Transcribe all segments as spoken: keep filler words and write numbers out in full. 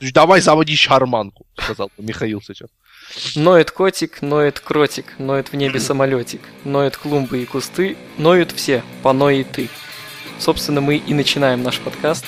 Владимирович, давай заводи шарманку, сказал Михаил сейчас. Ноет котик, ноет кротик, ноет в небе самолетик, ноют клумбы и кусты, ноют все, поной и ты. Собственно, мы и начинаем наш подкаст.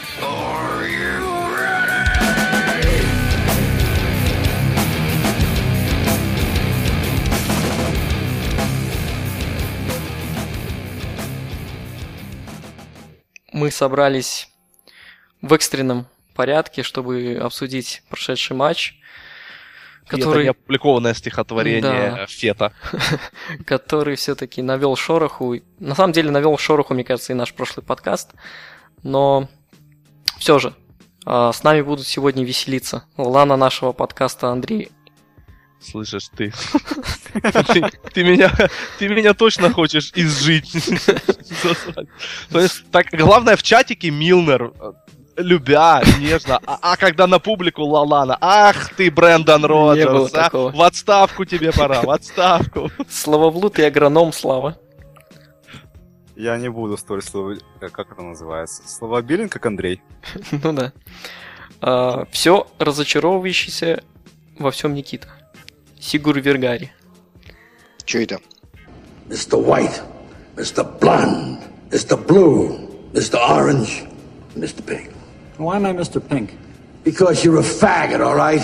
Мы собрались в экстренном порядке, чтобы обсудить прошедший матч, который... Это не опубликованное стихотворение да. Фета. Который все-таки навел шороху. На самом деле навел шороху, мне кажется, и наш прошлый подкаст. Но все же, с нами будут сегодня веселиться Лана нашего подкаста Андрей. Слышишь, ты. ты, ты, меня, ты меня точно хочешь изжить. То есть, так, главное, в чатике Милнер, любя, нежно, а, а когда на публику Лалана, ах ты, Брэндон Роджерс, а, в отставку тебе пора, в отставку. Словоблуд и агроном, Слава. Я не буду столь слово... Как это называется? Словообилен, как Андрей. Ну да. А, все разочаровывающийся во всем Никита. Сигур Вергари. Чё это? мистер White, мистер Blonde, мистер Blue, мистер Orange, мистер Pink. Why am I мистер Pink? Because you're a faggot, all right?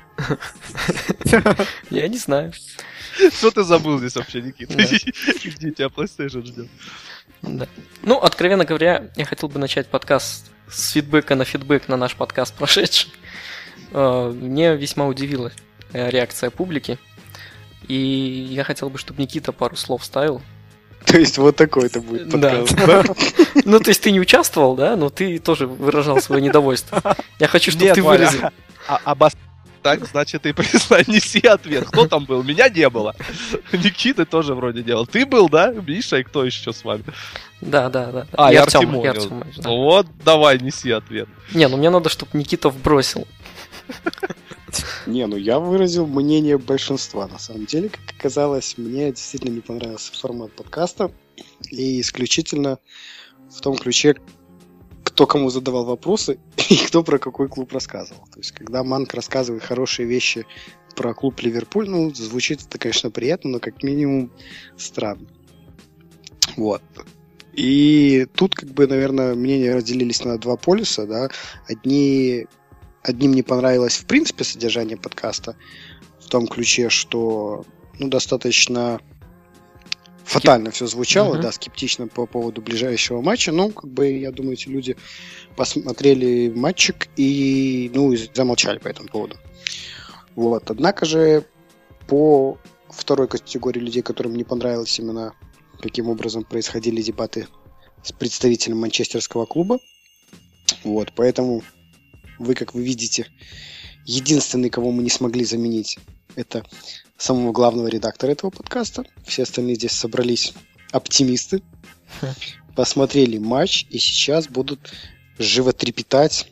Я не знаю. Что ты забыл здесь вообще, Никита? Где тебя PlayStation ждет? Да. Ну, откровенно говоря, я хотел бы начать подкаст с фидбэка на фидбэк на наш подкаст прошедший. Мне весьма удивила реакция публики. И я хотел бы, чтобы Никита пару слов вставил. То есть вот такой это будет подкаст, да? Ну, то есть ты не участвовал, да? Но ты тоже выражал свое недовольство. Я хочу, чтобы ты выразил. Так, значит, ты признай, неси ответ. Кто там был? Меня не было. Никита тоже вроде делал. Ты был, да? Миша, и кто еще с вами? Да, да, да. А, и Артем. Вот, давай, неси ответ. Не, ну мне надо, чтобы Никита вбросил. Не, ну я выразил мнение большинства. На самом деле, как оказалось, мне действительно не понравился формат подкаста. И исключительно в том ключе, кто кому задавал вопросы и кто про какой клуб рассказывал. То есть, когда Манк рассказывает хорошие вещи про клуб Ливерпуль, ну, звучит это, конечно, приятно, но как минимум странно. Вот. И тут, как бы, наверное, мнения разделились на два полюса, да. Одни... Одним не понравилось, в принципе, содержание подкаста в том ключе, что, ну, достаточно фатально все звучало, uh-huh. да, скептично по поводу ближайшего матча. Ну, как бы, я думаю, эти люди посмотрели матчик и, ну, и замолчали по этому поводу. Вот. Однако же по второй категории людей, которым не понравилось именно, каким образом происходили дебаты с представителем манчестерского клуба. Вот, поэтому вы, как вы видите, единственный, кого мы не смогли заменить, это самого главного редактора этого подкаста. Все остальные здесь собрались оптимисты, посмотрели матч и сейчас будут животрепетать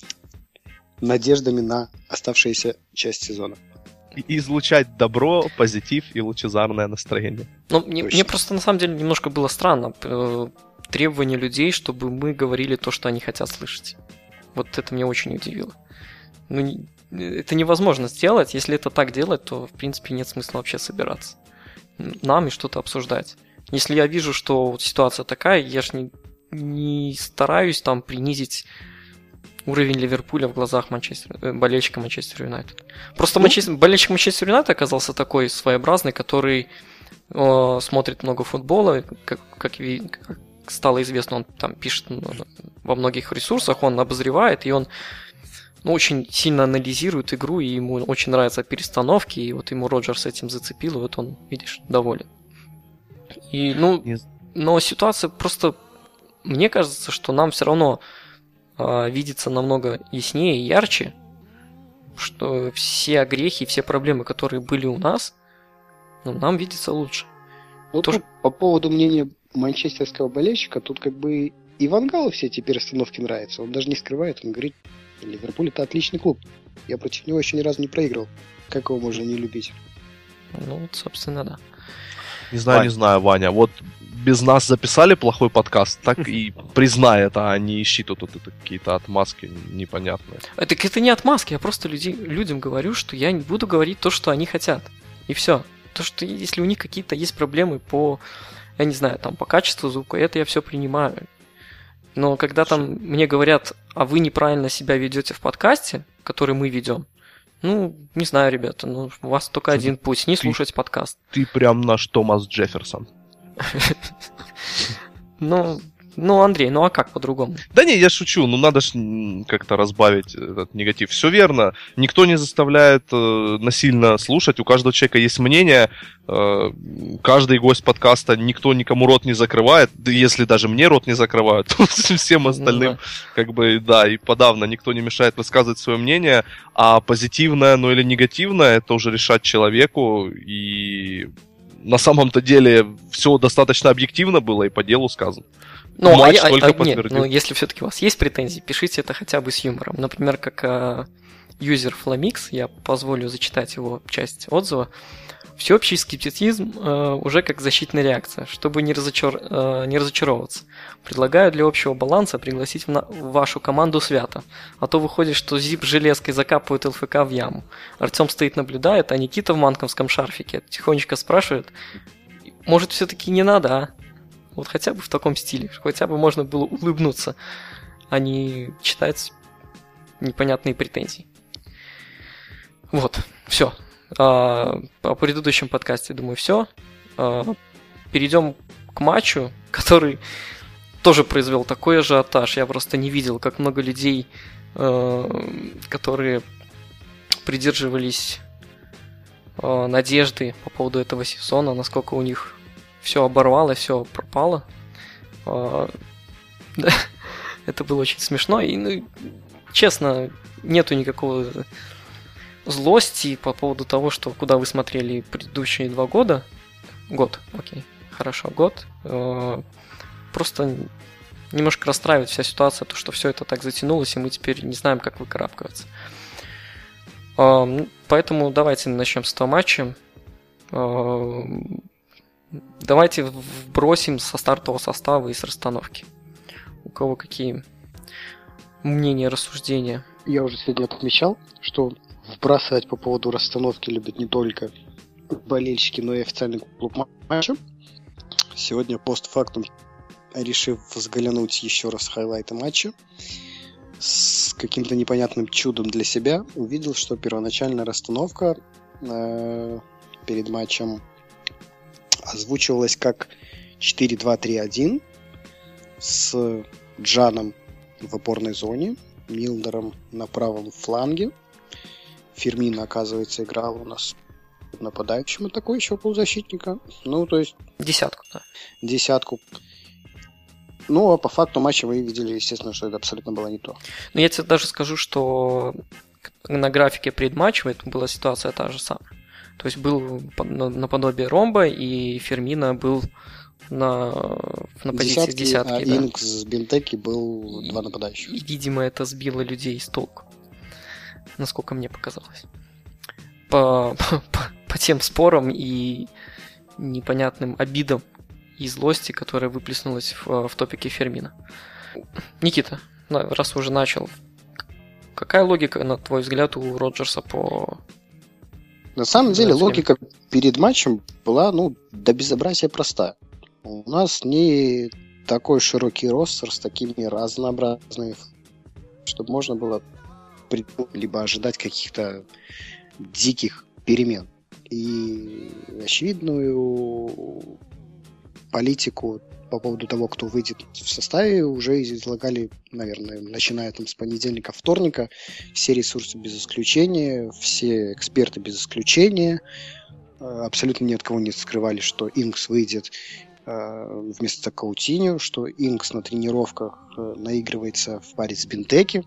надеждами на оставшуюся часть сезона. И излучать добро, позитив и лучезарное настроение. Ну, мне, мне просто на самом деле немножко было странно требование людей, чтобы мы говорили то, что они хотят слышать. Вот это меня очень удивило. Ну, это невозможно сделать. Если это так делать, то, в принципе, нет смысла вообще собираться. Нам и что-то обсуждать. Если я вижу, что вот ситуация такая, я же не, не стараюсь там принизить уровень Ливерпуля в глазах Манчестер, болельщика Манчестер Юнайтед. Просто ну? Манчестер, болельщик Манчестер Юнайтед оказался такой своеобразный, который э, смотрит много футбола, как, как, как стало известно, он там пишет во многих ресурсах, он обозревает, и он ну, очень сильно анализирует игру, и ему очень нравятся перестановки, и вот ему Роджерс этим зацепил, и вот он, видишь, доволен. И, ну, но ситуация просто... Мне кажется, что нам все равно э, видится намного яснее и ярче, что все огрехи, все проблемы, которые были у нас, ну, нам видится лучше. Вот То, по поводу мнения манчестерского болельщика, тут как бы и Ван Галу все эти перестановки нравятся. Он даже не скрывает, он говорит, Ливерпуль это отличный клуб. Я против него еще ни разу не проиграл. Как его можно не любить? Ну, вот, собственно, да. Не знаю, Вань. не знаю, Ваня. Вот без нас записали плохой подкаст, так и признай это, а не ищи тут вот это какие-то отмазки непонятные. Так это не отмазки, я просто люди, людям говорю, что я не буду говорить то, что они хотят. И все. То, что если у них какие-то есть проблемы по, я не знаю, там, по качеству звука, это я все принимаю. Но когда там мне говорят, а вы неправильно себя ведете в подкасте, который мы ведем, ну, не знаю, ребята, ну, у вас только один путь, не слушать подкаст. Ты прям наш Томас Джефферсон. Ну, ну, Андрей, ну а как по-другому? Да не, я шучу, ну надо ж как-то разбавить этот негатив. Все верно, никто не заставляет э, насильно слушать, у каждого человека есть мнение, э, каждый гость подкаста, никто никому рот не закрывает, да если даже мне рот не закрывают, то всем остальным, как бы, да, и подавно никто не мешает высказывать свое мнение, а позитивное, ну или негативное, это уже решать человеку, и на самом-то деле все достаточно объективно было и по делу сказано. Ну, Матч а, только а, подтвердил. Нет, ну, если все-таки у вас есть претензии, пишите это хотя бы с юмором. Например, как э, юзер Flamix, я позволю зачитать его часть отзыва. Всеобщий скептицизм э, уже как защитная реакция, чтобы не, разочар... э, не разочаровываться. Предлагаю для общего баланса пригласить в, на... в вашу команду Свято. А то выходит, что Зип железкой закапывает ЛФК в яму. Артем стоит наблюдает, а Никита в манковском шарфике тихонечко спрашивает, может, все-таки не надо, а? Вот хотя бы в таком стиле, хотя бы можно было улыбнуться, а не читать непонятные претензии. Вот, все. А, по предыдущем подкасте, думаю, все. А, перейдем к матчу, который тоже произвел такой ажиотаж. Я просто не видел, как много людей, а, которые придерживались а, надежды по поводу этого сезона, насколько у них все оборвало, все пропало. А, да, это было очень смешно. И, ну, честно, нету никакого злости по поводу того, что куда вы смотрели предыдущие два года. Год, окей, хорошо, год. А, просто немножко расстраивает вся ситуация, то, что все это так затянулось, и мы теперь не знаем, как выкарабкиваться. А, поэтому давайте начнем с этого матча. А, Давайте вбросим со стартового состава и с расстановки. У кого какие мнения, рассуждения? Я уже сегодня отмечал, что вбрасывать по поводу расстановки любят не только болельщики, но и официальный клуб матча. Сегодня постфактум, решив взглянуть еще раз хайлайты матча, с каким-то непонятным чудом для себя увидел, что первоначальная расстановка э, перед матчем озвучивалась как четыре два три один с Джаном в опорной зоне, Милнером на правом фланге. Фермино, оказывается, играл у нас нападающим атакующего полузащитника. Ну, то есть... Десятку, да. Десятку. Ну, а по факту матча вы видели, естественно, что это абсолютно было не то. Но я тебе даже скажу, что на графике предматчевой была ситуация та же самая. То есть был наподобие ромба, и Фермино был на, на позиции десятки, десятки. А да. Инкс с Бентеки был два нападающих. И, и, видимо, это сбило людей с толку. Насколько мне показалось. По, по, по тем спорам и непонятным обидам и злости, которая выплеснулась в, в топике Фермино. Никита, раз уже начал, какая логика, на твой взгляд, у Роджерса по... На самом деле, Да, логика перед матчем была, ну, до безобразия проста. У нас не такой широкий ростер с такими разнообразными, чтобы можно было либо ожидать каких-то диких перемен. И очевидную политику по поводу того, кто выйдет в составе, уже излагали, наверное, начиная там с понедельника, вторника. Все ресурсы без исключения, все эксперты без исключения. Абсолютно ни от кого не скрывали, что Инкс выйдет э, вместо Каутиньо, что Инкс на тренировках э, наигрывается в паре с Бентеки.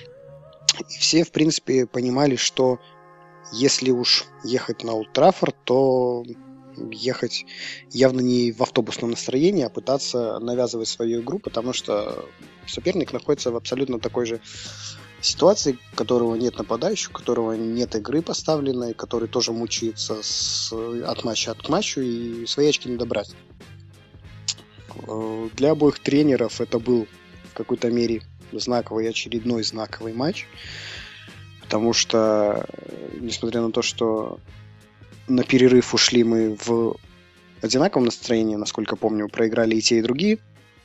И все, в принципе, понимали, что если уж ехать на Олд Траффорд, то ехать явно не в автобусном настроении, а пытаться навязывать свою игру, потому что соперник находится в абсолютно такой же ситуации, у которого нет нападающего, у которого нет игры поставленной, который тоже мучается с... от матча к матчу и свои очки не добрать. Э, Для обоих тренеров это был в какой-то мере знаковый, очередной знаковый матч, потому что, э, несмотря на то, что на перерыв ушли мы в одинаковом настроении, насколько помню, проиграли и те, и другие.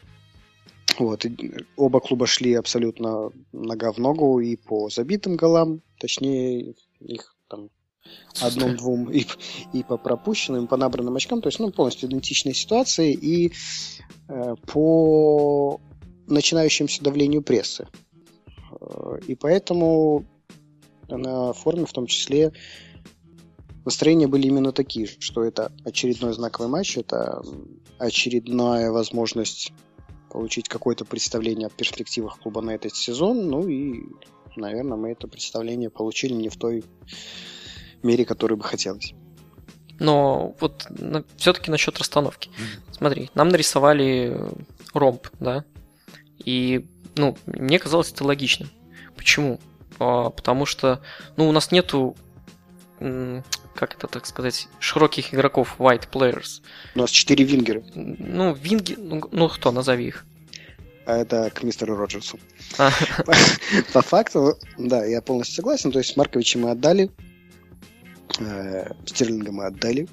Вот, и оба клуба шли абсолютно нога в ногу и по забитым голам, точнее, их там одном-двум, и, и по пропущенным, по набранным очкам, то есть, ну, полностью идентичные ситуации, и э, по начинающемуся давлению прессы. Э, и поэтому на форуме в том числе настроения были именно такие, что это очередной знаковый матч, это очередная возможность получить какое-то представление о перспективах клуба на этот сезон, ну и, наверное, мы это представление получили не в той мере, которой бы хотелось. Но вот на, все-таки насчет расстановки. Mm-hmm. Смотри, нам нарисовали ромб, да, и, ну, мне казалось это логичным. Почему? А, потому что, ну, у нас нету, м- как это так сказать, широких игроков, white players. У нас четыре вингера. Ну, винги, ну, ну кто, назови их. А это к мистеру Роджерсу. А. По, по факту, да, я полностью согласен. То есть Марковича мы отдали, э, Стерлинга мы отдали.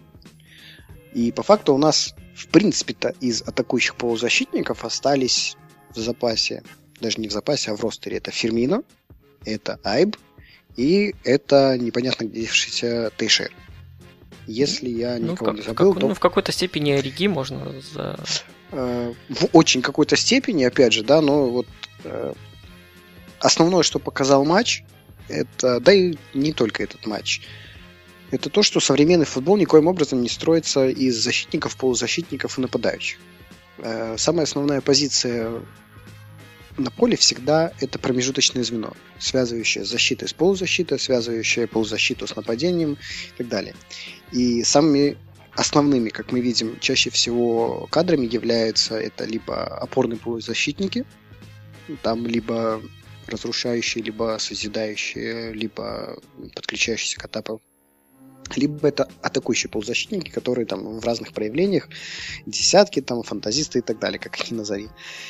И по факту у нас, в принципе-то, из атакующих полузащитников остались в запасе, даже не в запасе, а в ростере. Это Фермино, это Айб и это непонятно где девшийся Тейшер. Если я ну, никого как, не забыл, как, то... Ну, в какой-то степени Ориги можно за... В очень какой-то степени, опять же, да, но вот э, основное, что показал матч, это, да и не только этот матч, это то, что современный футбол никоим образом не строится из защитников, полузащитников и нападающих. Э, самая основная позиция на поле всегда это промежуточное звено, связывающее защиту с полузащитой, связывающее полузащиту с нападением и так далее. И самыми основными, как мы видим, чаще всего кадрами являются это либо опорные полузащитники, там либо разрушающие, либо созидающие, либо подключающиеся к атакам, либо это атакующие полузащитники, которые там в разных проявлениях, десятки, там, фантазисты и так далее, как их ни назови.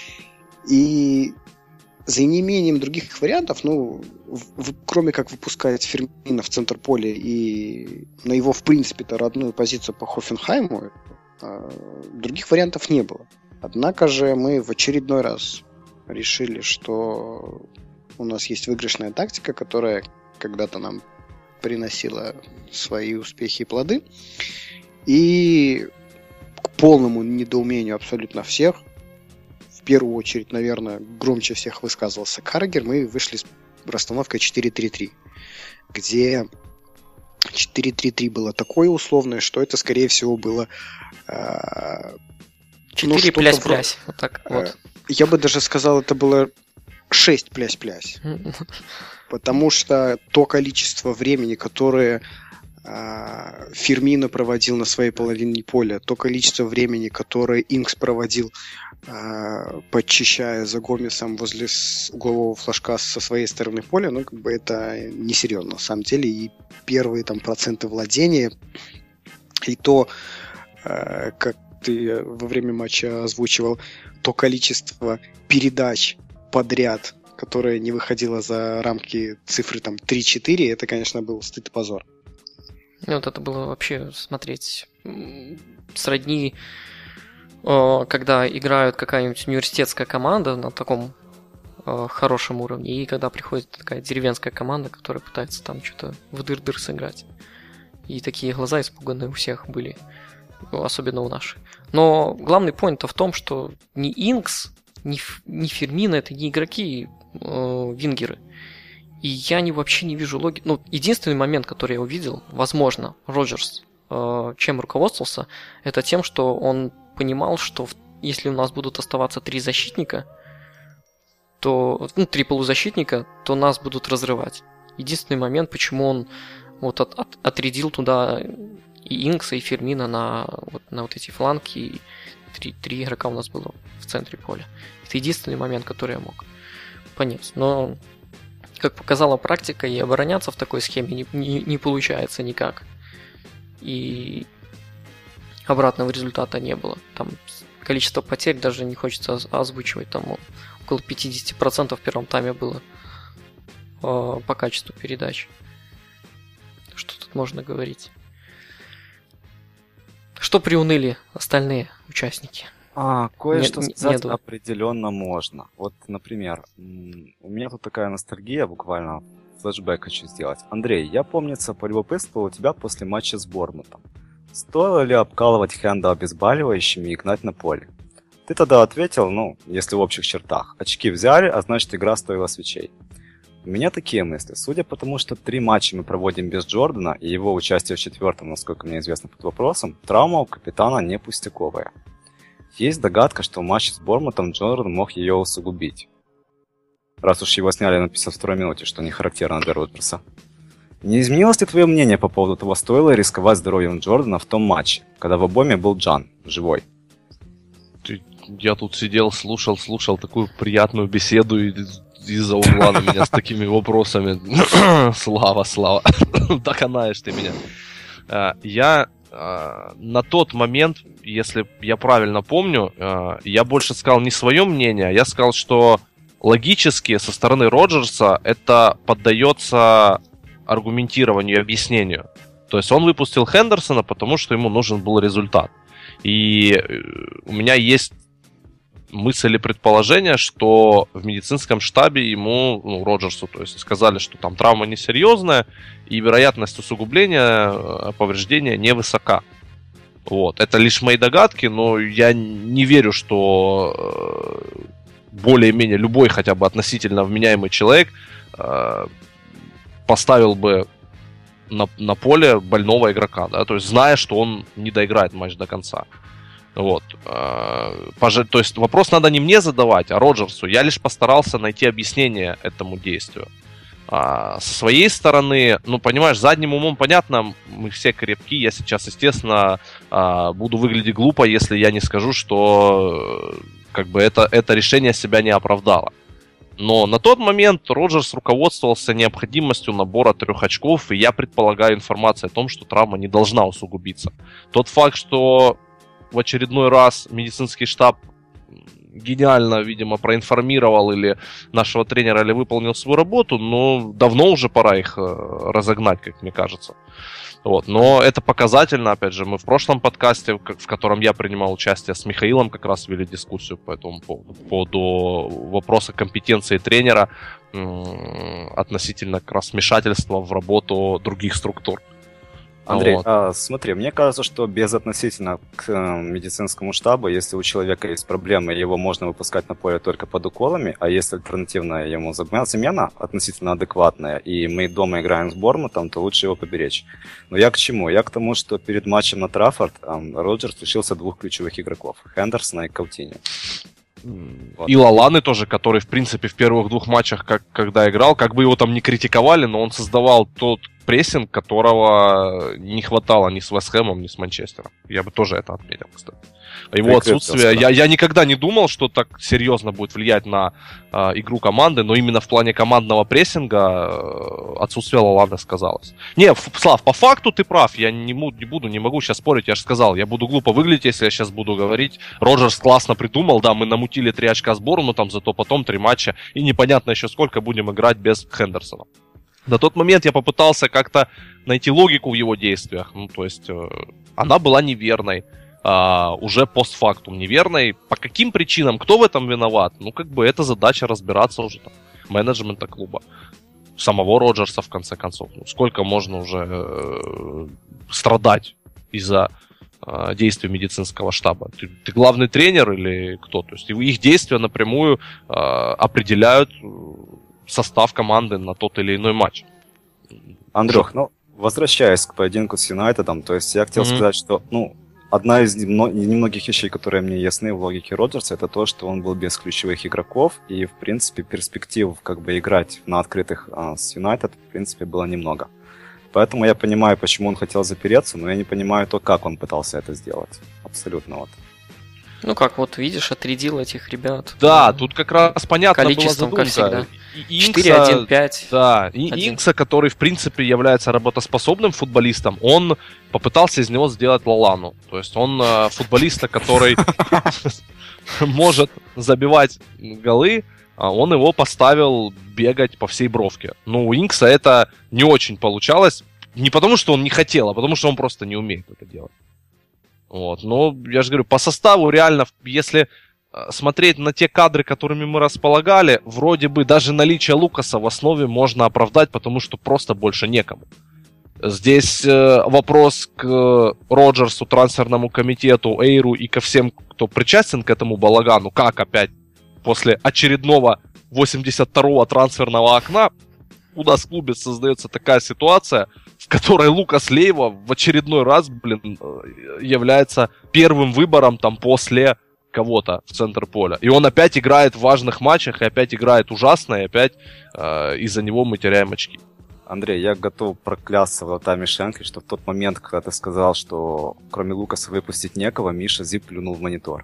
И за неимением других вариантов, ну, в, кроме как выпускать Фермина в центр поля и на его, в принципе-то, родную позицию по Хофенхайму, э, других вариантов не было. Однако же мы в очередной раз решили, что у нас есть выигрышная тактика, которая когда-то нам приносила свои успехи и плоды. И к полному недоумению абсолютно всех, в первую очередь, наверное, громче всех высказывался Каргер, мы вышли с расстановкой четыре три три, где четыре три три было такое условное, что это, скорее всего, было... Э, четыре ну, плясь-плясь. Вот так э, вот. Я бы даже сказал, это было шесть плясь-плясь. Потому что то количество времени, которое э, Фермино проводил на своей половине поля, то количество времени, которое Инкс проводил, э, подчищая за Гомесом возле углового флажка со своей стороны поля, ну, как бы это несерьезно на самом деле. И первые там проценты владения, и то, э, как ты во время матча озвучивал, то количество передач подряд, которая не выходила за рамки цифры там три-четыре, это, конечно, был стыд и позор. Ну, вот это было вообще смотреть сродни, когда играют какая-нибудь университетская команда на таком хорошем уровне, и когда приходит такая деревенская команда, которая пытается там что-то в дыр-дыр сыграть. И такие глаза испуганные у всех были, особенно у наших. Но главный поинт в том, что ни Инкс, ни, ни Фермино это не игроки, э, вингеры. И я не, вообще не вижу логики. Ну, единственный момент, который я увидел, возможно, Роджерс э, чем руководствовался, это тем, что он понимал, что в, если у нас будут оставаться три защитника, то, ну, три полузащитника, то нас будут разрывать. Единственный момент, почему он вот от, от, отрядил туда и Инкса, и Фермина на вот, на вот эти фланги, и три, три игрока у нас было в центре поля. Это единственный момент, который я мог понять. Но, как показала практика, и обороняться в такой схеме не, не, не получается никак. И обратного результата не было. Там количество потерь даже не хочется озвучивать. Там около пятьдесят процентов в первом тайме было э, по качеству передач. Что тут можно говорить? Что приуныли остальные участники? А, кое-что Не- сказать нету. определенно можно. Вот, например, м, у меня тут такая ностальгия, буквально флешбэк хочу сделать. Андрей, я, помнится, полюбопытствовал у тебя после матча с Бормутом. Стоило ли обкалывать Хенда обезболивающими и гнать на поле? Ты тогда ответил, ну, если в общих чертах. Очки взяли, а значит игра стоила свечей. У меня такие мысли. Судя по тому, что три матча мы проводим без Джордана, и его участие в четвертом, насколько мне известно, под вопросом, травма у капитана не пустяковая. Есть догадка, что в матче с Бормутом Джордан мог ее усугубить. Раз уж его сняли на пятьдесят второй минуте, что не характерно для Роджерса. Не изменилось ли твое мнение по поводу того, стоило рисковать здоровьем Джордана в том матче, когда в обойме был Джан, живой? Ты- Я тут сидел, слушал, слушал такую приятную беседу и из-за угла на меня с такими вопросами. Слава, Слава, доконаешь ты меня. А, Я а, на тот момент, если я правильно помню, а, я больше сказал не свое мнение, а я сказал, что логически со стороны Роджерса это поддается аргументированию и объяснению. То есть он выпустил Хендерсона, потому что ему нужен был результат. И э, у меня есть мысль и предположение, что в медицинском штабе ему, ну, Роджерсу, то есть сказали, что там травма несерьезная, и вероятность усугубления э, повреждения невысока. Вот. Это лишь мои догадки, но я не верю, что э, более-менее любой хотя бы относительно вменяемый человек э, поставил бы на, на поле больного игрока, да, то есть зная, что он не доиграет матч до конца. Вот. Э, пожа- То есть вопрос надо не мне задавать, а Роджерсу. Я лишь постарался найти объяснение этому действию. А, со своей стороны, ну, понимаешь, задним умом понятно, мы все крепки. Я сейчас, естественно, а, буду выглядеть глупо, если я не скажу, что э, как бы это, это решение себя не оправдало. Но на тот момент Роджерс руководствовался необходимостью набора трех очков, и я предполагаю информацию о том, что травма не должна усугубиться. Тот факт, что в очередной раз медицинский штаб гениально, видимо, проинформировал или нашего тренера, или выполнил свою работу, но давно уже пора их э, разогнать, как мне кажется. Вот. Но это показательно, опять же, мы в прошлом подкасте, в котором я принимал участие с Михаилом, как раз вели дискуссию по этому поводу, по поводу вопроса компетенции тренера м- относительно как раз вмешательства в работу других структур. Андрей, Вот. а, смотри, мне кажется, что безотносительно к э, медицинскому штабу, если у человека есть проблемы, его можно выпускать на поле только под уколами, а если альтернативная ему замена, замена относительно адекватная, и мы дома играем с Бормутом, то лучше его поберечь. Но я к чему? Я к тому, что перед матчем на Траффорд э, Роджерс лишился двух ключевых игроков – Хендерсона и Каутиньо. Вот. И Лаланы тоже, который, в принципе, в первых двух матчах, как, когда играл, как бы его там не критиковали, но он создавал тот прессинг, которого не хватало ни с Вест Хэмом, ни с Манчестером. Я бы тоже это отметил, кстати. Его отсутствие... Я, я никогда не думал, что так серьезно будет влиять на э, игру команды, но именно в плане командного прессинга э, отсутствие Лалана сказалось. Не, Ф- Слав, по факту ты прав. Я не, му- не буду, не могу сейчас спорить. Я же сказал, я буду глупо выглядеть, если я сейчас буду говорить. Роджерс классно придумал, да, мы намутили три очка сбору, но там зато потом три матча, и непонятно еще сколько будем играть без Хендерсона. На тот момент я попытался как-то найти логику в его действиях. Ну, то есть, э, она была неверной. Uh, уже постфактум неверной. По каким причинам, кто в этом виноват? Ну, как бы, это задача разбираться уже там, менеджмента клуба. Самого Роджерса, в конце концов. Ну, сколько можно уже э, страдать из-за э, действий медицинского штаба? Ты, ты главный тренер или кто? То есть, их действия напрямую э, определяют состав команды на тот или иной матч. Андрюх, ну, возвращаясь к поединку с Юнайтедом, то есть я хотел mm-hmm. сказать, что, ну, одна из немногих вещей, которые мне ясны в логике Роджерса, это то, что он был без ключевых игроков, и, в принципе, перспектив как бы играть на открытых а, с Юнайтед, в принципе, было немного. Поэтому я понимаю, почему он хотел запереться, но я не понимаю то, как он пытался это сделать. Абсолютно вот. Ну как, вот видишь, отрядил этих ребят. Да, тут как раз понятно была количеством, как задумка. всегда. И четыре один пять. Да, и Инкса, который, в принципе, является работоспособным футболистом, он попытался из него сделать Лалану. То есть он э, футболиста, который может забивать голы, а он его поставил бегать по всей бровке. Но у Инкса это не очень получалось. Не потому, что он не хотел, а потому, что он просто не умеет это делать. Вот. Но, я же говорю, по составу реально, если смотреть на те кадры, которыми мы располагали, вроде бы даже наличие Лукаса в основе можно оправдать, потому что просто больше некому. Здесь э, вопрос к Роджерсу, трансферному комитету, Эйру и ко всем, кто причастен к этому балагану. Как опять после очередного восемьдесят второго трансферного окна у нас в клубе создается такая ситуация, в которой Лукас Лейва в очередной раз, блин, является первым выбором там после кого-то в центр поля. И он опять играет в важных матчах, и опять играет ужасно, и опять э, из-за него мы теряем очки. Андрей, я готов проклясться вратами Шенкли, что в тот момент, когда ты сказал, что кроме Лукаса выпустить некого, Миша Зип плюнул в монитор.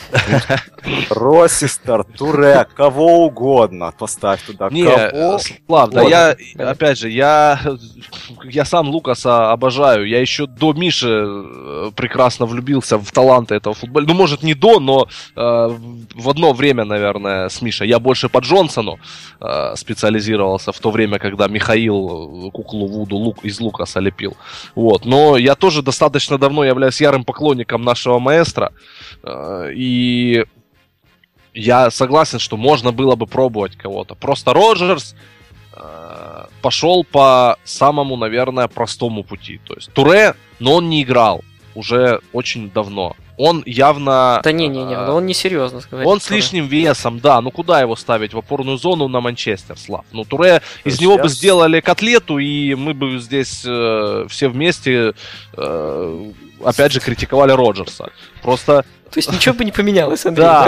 Росистер, Туре, кого угодно поставь туда. Не, Слав, да я, опять же, я, я сам Лукаса обожаю. Я еще до Миши прекрасно влюбился в таланты этого футбола. Ну, может, не до, но э, в одно время, наверное, с Мишей. Я больше по Джонсону э, специализировался в то время, когда Михаил куклу Вуду Лук, из Лукаса лепил. Вот. Но я тоже достаточно давно являюсь ярым поклонником нашего маэстро. И я согласен, что можно было бы пробовать кого-то. Просто Роджерс пошел по самому, наверное, простому пути. То есть Туре, но он не играл уже очень давно. Он явно... Да не-не-не, но он не серьезно сказать. Он с лишним весом, да. Ну куда его ставить в опорную зону на Манчестер, Слав? Ну Туре, из него бы сделали котлету, и мы бы здесь э, все вместе, э, опять же, критиковали Роджерса. Просто... То есть ничего бы не поменялось, Андрей? Да.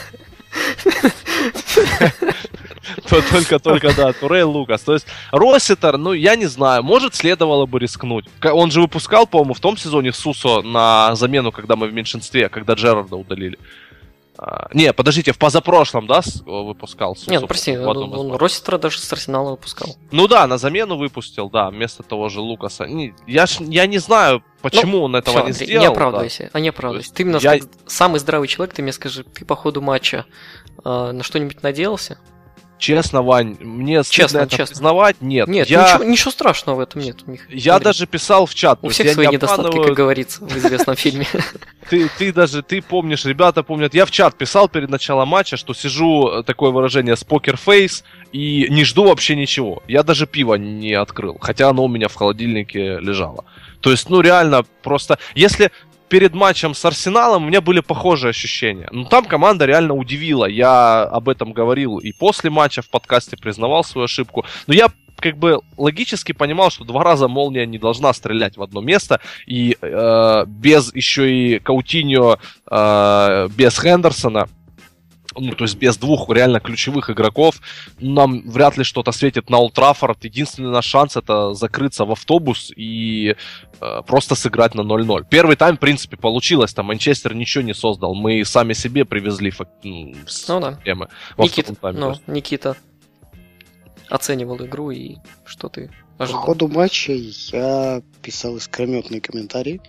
Только-только, да, Туре и Лукас. То есть Росситер, ну, я не знаю, может, следовало бы рискнуть. Он же выпускал, по-моему, в том сезоне Сусо на замену, когда мы в меньшинстве, когда Джерарда удалили. А, не, подождите, в позапрошлом, да, выпускал Сусо? Не, ну, прости, он, он Росситера даже с Арсенала выпускал. Ну да, на замену выпустил, да, вместо того же Лукаса. Не, я, ж, я не знаю, почему ну, он этого всё, не Андрей, сделал. Не оправдывайся, да. а не оправдывайся. Ты именно я... самый здравый человек, ты мне скажи, ты по ходу матча э, на что-нибудь надеялся? Честно, Вань, мне честно, стыдно честно. это признавать. Нет, нет я... ничего, ничего страшного в этом нет. Я Андрей. даже писал в чат. У всех свои недостатки, обманываю... как говорится в известном фильме. Ты, ты даже, ты помнишь, ребята помнят. Я в чат писал перед началом матча, что сижу, такое выражение, с покерфейс, и не жду вообще ничего. Я даже пиво не открыл, хотя оно у меня в холодильнике лежало. То есть, ну реально, просто... Если... Перед матчем с Арсеналом у меня были похожие ощущения. Но там команда реально удивила. Я об этом говорил и после матча в подкасте, признавал свою ошибку. Но я как бы логически понимал, что два раза молния не должна стрелять в одно место. И э, без еще и Каутиньо, э, без Хендерсона, ну, то есть без двух реально ключевых игроков, нам вряд ли что-то светит на Олд Траффорд. Единственный наш шанс — это закрыться в автобус и э, просто сыграть на ноль-ноль. Первый тайм, в принципе, получилось. Там Манчестер ничего не создал. Мы сами себе привезли ну, ну да. темы. Никита, ну, Никита оценивал игру, и что ты ожидал? По ходу матча я писал искрометные комментарии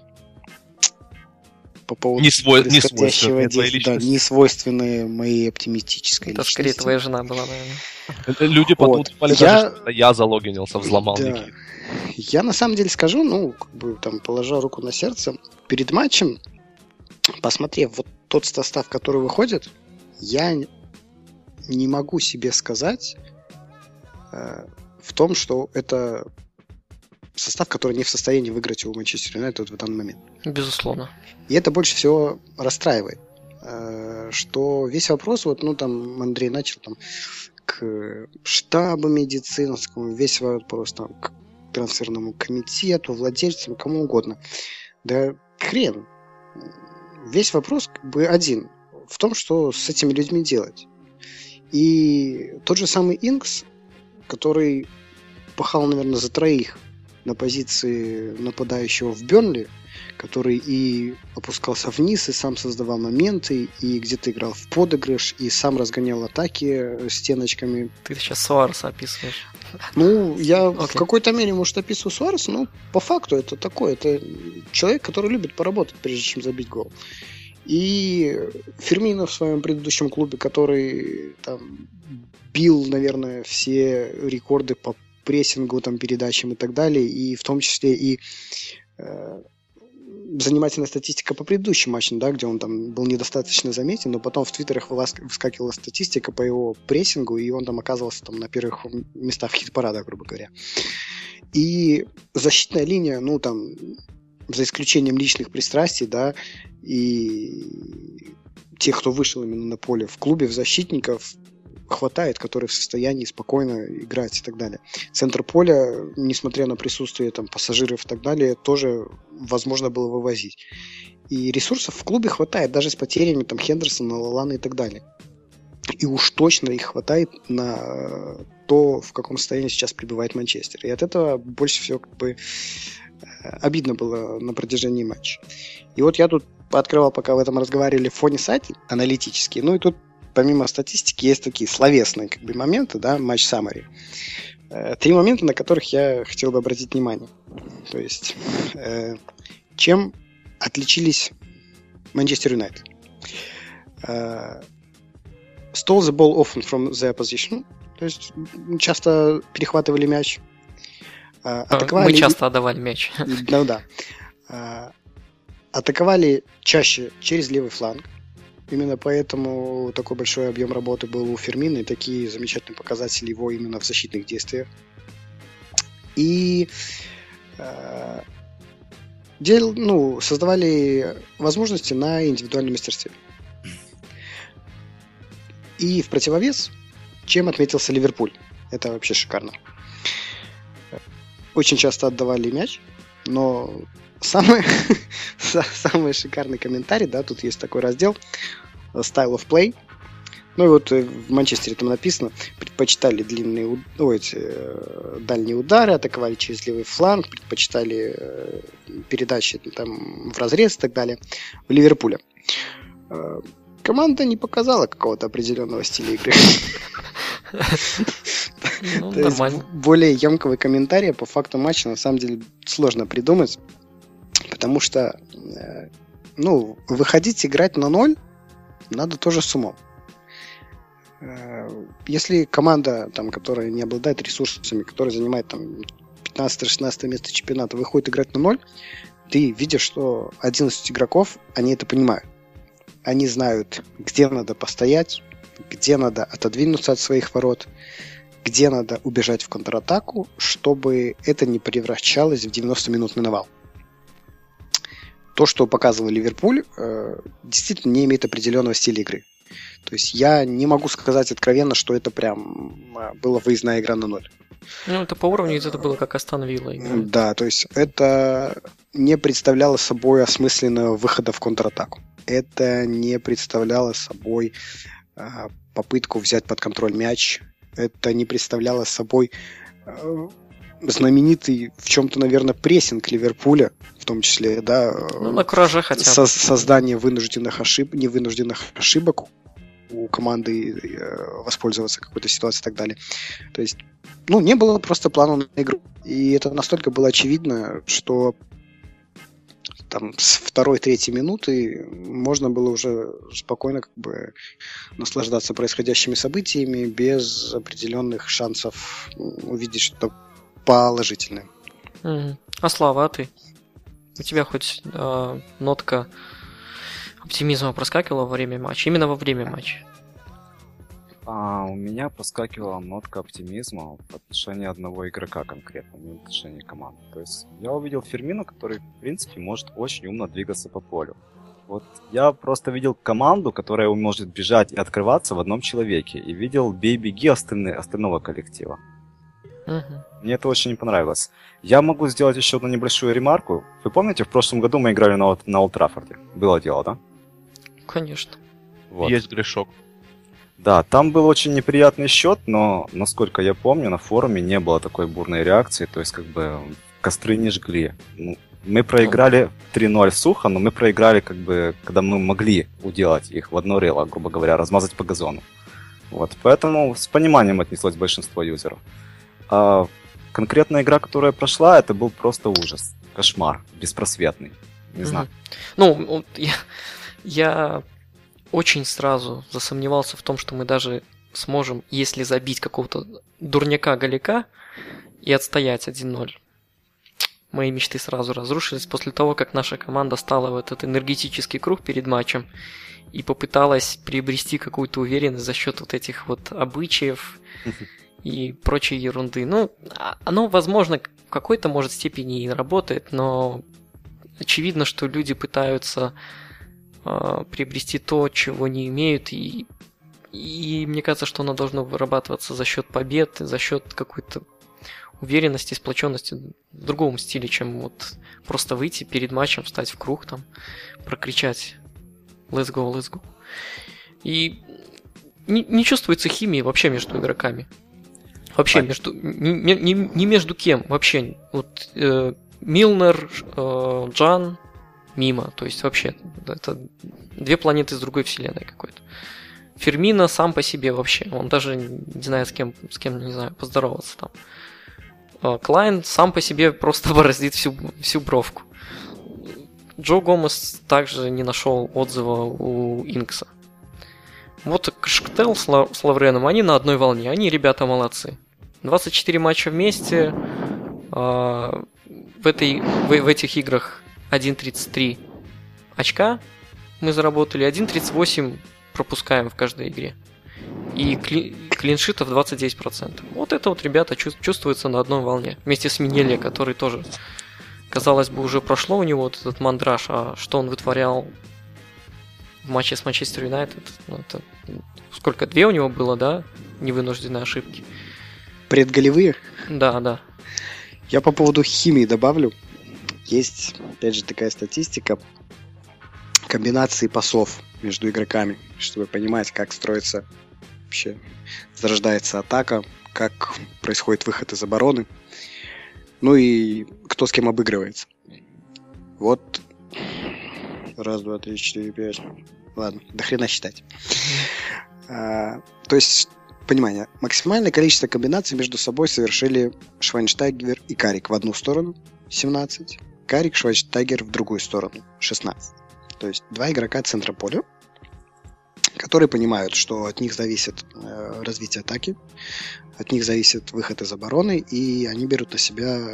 по поводу не свой, происходящего действия. Да, не свойственные моей оптимистической это личности. Скорее твоя жена была, наверное. Люди вот. подумали, я... даже, что я залогинился, взломал да. Никиту. Я на самом деле скажу, ну, как бы там, положа руку на сердце, перед матчем, посмотрев вот тот состав, который выходит, я не могу себе сказать э, в том, что это состав, который не в состоянии выиграть у Манчестер Юнайтед в данный момент. Безусловно. И это больше всего расстраивает, что весь вопрос, вот, ну, там, Андрей начал там к штабу медицинскому, весь вопрос там к трансферному комитету, владельцам, кому угодно. Да хрен. Весь вопрос как бы один в том, что с этими людьми делать. И тот же самый Инкс, который пахал, наверное, за троих на позиции нападающего в Бернли, который и опускался вниз, и сам создавал моменты, и где-то играл в подыгрыш, и сам разгонял атаки стеночками. Ты сейчас Суареса описываешь. Ну, я Okay. в какой-то мере, может, описываю Суареса, но по факту это такой, это человек, который любит поработать, прежде чем забить гол. И Фермино в своем предыдущем клубе, который там бил, наверное, все рекорды по прессингу, там, передачам и так далее, и в том числе и э, занимательная статистика по предыдущим матчам, да, где он там был недостаточно заметен, но потом в твиттерах выскакивала статистика по его прессингу, и он там оказывался там на первых местах в хит-парадах, грубо говоря. И защитная линия, ну, там, за исключением личных пристрастий, да, и тех, кто вышел именно на поле в клубе, в защитников хватает, которые в состоянии спокойно играть и так далее. Центр поля, несмотря на присутствие там пассажиров и так далее, тоже возможно было вывозить. И ресурсов в клубе хватает, даже с потерями там Хендерсона, Лалана и так далее. И уж точно их хватает на то, в каком состоянии сейчас пребывает Манчестер. И от этого больше всего как бы обидно было на протяжении матча. И вот я тут пооткрывал, пока в этом разговаривали, в фоне сайта аналитические. Ну и тут помимо статистики есть такие словесные как бы моменты, да, матч саммари. Три момента, на которых я хотел бы обратить внимание. То есть, э, чем отличились Манчестер Юнайтед? Э, stole the ball often from their position. То есть, часто перехватывали мяч. Э, атаковали... Мы часто отдавали мяч. Ну да. Э, атаковали чаще через левый фланг. Именно поэтому такой большой объем работы был у Фермино и такие замечательные показатели его именно в защитных действиях. И э, дел, ну, создавали возможности на индивидуальном мастерстве. И в противовес, чем отметился Ливерпуль. Это вообще шикарно. Очень часто отдавали мяч, но самый, самый шикарный комментарий, да, тут есть такой раздел Style of Play. Ну и вот в Манчестере там написано, предпочитали длинные, ну, эти, дальние удары, атаковали через левый фланг, предпочитали передачи там в разрез и так далее. В Ливерпуле команда не показала какого-то определенного стиля игры. Ну, нормально. Более емкого комментария по факту матча на самом деле сложно придумать, потому что, ну, выходить играть на ноль надо тоже с умом. Если команда, там, которая не обладает ресурсами, которая занимает там пятнадцатое-шестнадцатое место чемпионата, выходит играть на ноль, ты видишь, что одиннадцать игроков, они это понимают. Они знают, где надо постоять, где надо отодвинуться от своих ворот, где надо убежать в контратаку, чтобы это не превращалось в девяносто-минутный навал. То, что показывал Ливерпуль, действительно не имеет определенного стиля игры. То есть я не могу сказать откровенно, что это прям была выездная игра на ноль. Ну, это по уровню это было как Астон Вилла. Да, то есть это не представляло собой осмысленного выхода в контратаку. Это не представляло собой попытку взять под контроль мяч. Это не представляло собой знаменитый в чем-то, наверное, прессинг Ливерпуля, в том числе, да, ну, на кураже хотя бы. Со- создание вынужденных ошибок, невынужденных ошибок у команды, э, воспользоваться какой-то ситуацией и так далее. То есть, ну, не было просто плана на игру. И это настолько было очевидно, что там с второй-третьей минуты можно было уже спокойно как бы наслаждаться происходящими событиями без определенных шансов увидеть что-то положительное. Mm-hmm. А Слава, а ты? У тебя хоть э, нотка оптимизма проскакивала во время матча? Именно во время матча? А, у меня проскакивала нотка оптимизма в отношении одного игрока конкретно, не в отношении команды. То есть я увидел Фермино, который, в принципе, может очень умно двигаться по полю. Вот я просто видел команду, которая может бежать и открываться в одном человеке, и видел бей-беги остального коллектива. Угу. Мне это очень не понравилось. Я могу сделать еще одну небольшую ремарку. Вы помните, в прошлом году мы играли на, на Олд Траффорде? Было дело, да? Конечно. Вот. Есть грешок. Да, там был очень неприятный счет, но, насколько я помню, на форуме не было такой бурной реакции. То есть, как бы, костры не жгли. Ну, мы проиграли три ноль сухо, но мы проиграли, как бы, когда мы могли уделать их в одно рыло, грубо говоря, размазать по газону. Вот, поэтому с пониманием отнеслось большинство юзеров. А конкретная игра, которая прошла, это был просто ужас, кошмар, беспросветный. Не знаю. Ну, вот я, я очень сразу засомневался в том, что мы даже сможем, если забить какого-то дурняка-голяка и отстоять один ноль. Мои мечты сразу разрушились после того, как наша команда стала в этот энергетический круг перед матчем и попыталась приобрести какую-то уверенность за счет вот этих вот обычаев и прочей ерунды. Ну, оно, возможно, в какой-то, может, степени и работает, но очевидно, что люди пытаются э, приобрести то, чего не имеют, и, и мне кажется, что оно должно вырабатываться за счет побед, за счет какой-то уверенности, сплоченности в другом стиле, чем вот просто выйти перед матчем, встать в круг, там, прокричать «Let's go, let's go». И не, не чувствуется химии вообще между игроками. Вообще, между, не, не, не между кем, вообще. Вот э, Милнер, э, Джан, мимо. То есть вообще, это две планеты с другой вселенной какой-то. Фермино сам по себе вообще. Он даже не знает, с кем, с кем, не знаю, поздороваться там. Клайн сам по себе просто бороздит всю, всю бровку. Джо Гомес также не нашел отзыва у Инкса. Вот Кшктел с, Ла, с Лавреном, они на одной волне, они ребята молодцы. двадцать четыре матча вместе, э, в, этой, в, в этих играх один тридцать три очка мы заработали, один тридцать восемь пропускаем в каждой игре. И кли, клиншитов двадцать девять процентов. Вот это вот ребята чувствуются на одной волне. Вместе с Миньеле, который тоже, казалось бы, уже прошло у него вот этот мандраж, а что он вытворял в матче с Манчестер Юнайтед, ну, это сколько, две у него было, да, невынужденные ошибки? Предголевые? Да, да. Я по поводу химии добавлю. Есть, опять же, такая статистика комбинации пасов между игроками, чтобы понимать, как строится вообще, зарождается атака, как происходит выход из обороны, ну и кто с кем обыгрывается. Вот раз, два, три, четыре, пять. Ладно, до хрена считать. А, то есть, понимание, максимальное количество комбинаций между собой совершили Швайнштайгер и Карик в одну сторону семнадцать, Карик, Швайнштайгер в другую сторону шестнадцать. То есть два игрока центра поля, которые понимают, что от них зависит э, развитие атаки, от них зависит выход из обороны, и они берут на себя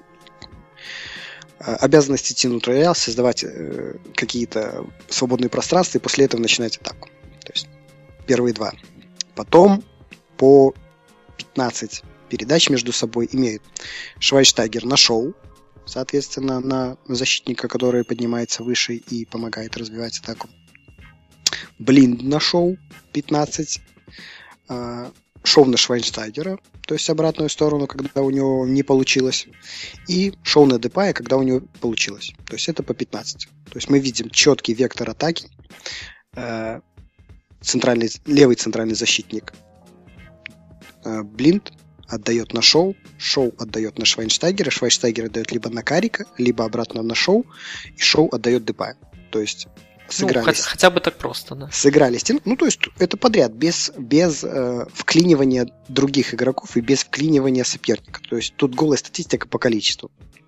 э, обязанности тянуть рояль, создавать э, какие-то свободные пространства, и после этого начинать атаку. То есть первые два. Потом по пятнадцать передач между собой имеют Швайнштайгер на шоу, соответственно, на защитника, который поднимается выше и помогает развивать атаку. Блинд на шоу пятнадцать, э, шоу на Швайнштайгера, то есть обратную сторону, когда у него не получилось, и шоу на Депая, когда у него получилось. То есть это по пятнадцать. То есть мы видим четкий вектор атаки. Э, центральный, левый центральный защитник э, Блинд отдает на шоу, шоу отдает на Швайнштайгера, Швайнштайгер отдает либо на Карика, либо обратно на шоу, и шоу отдает Депая. То есть сыграли, ну, хотя, хотя бы так просто, да. Сыграли стенку. Ну, то есть это подряд, без, без э, вклинивания других игроков и без вклинивания соперника. То есть тут голая статистика по количеству.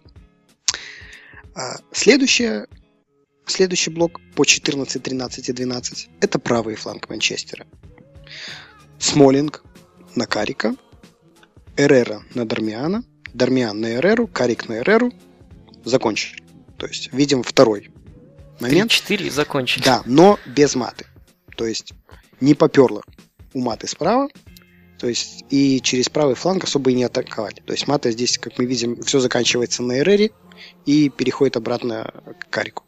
А, следующее, следующий блок по четырнадцать, тринадцать и двенадцать это правый фланг Манчестера. Смолинг на Карика, Эррера на Дармиана, Дармиан на Эрреру, Карик на Эрреру. Закончили. То есть видим второй момент. три-четыре закончили. Да, но без маты. То есть не поперло у маты справа. То есть и через правый фланг особо и не атаковали. То есть мата здесь, как мы видим, все заканчивается на Эррере и переходит обратно к Карику.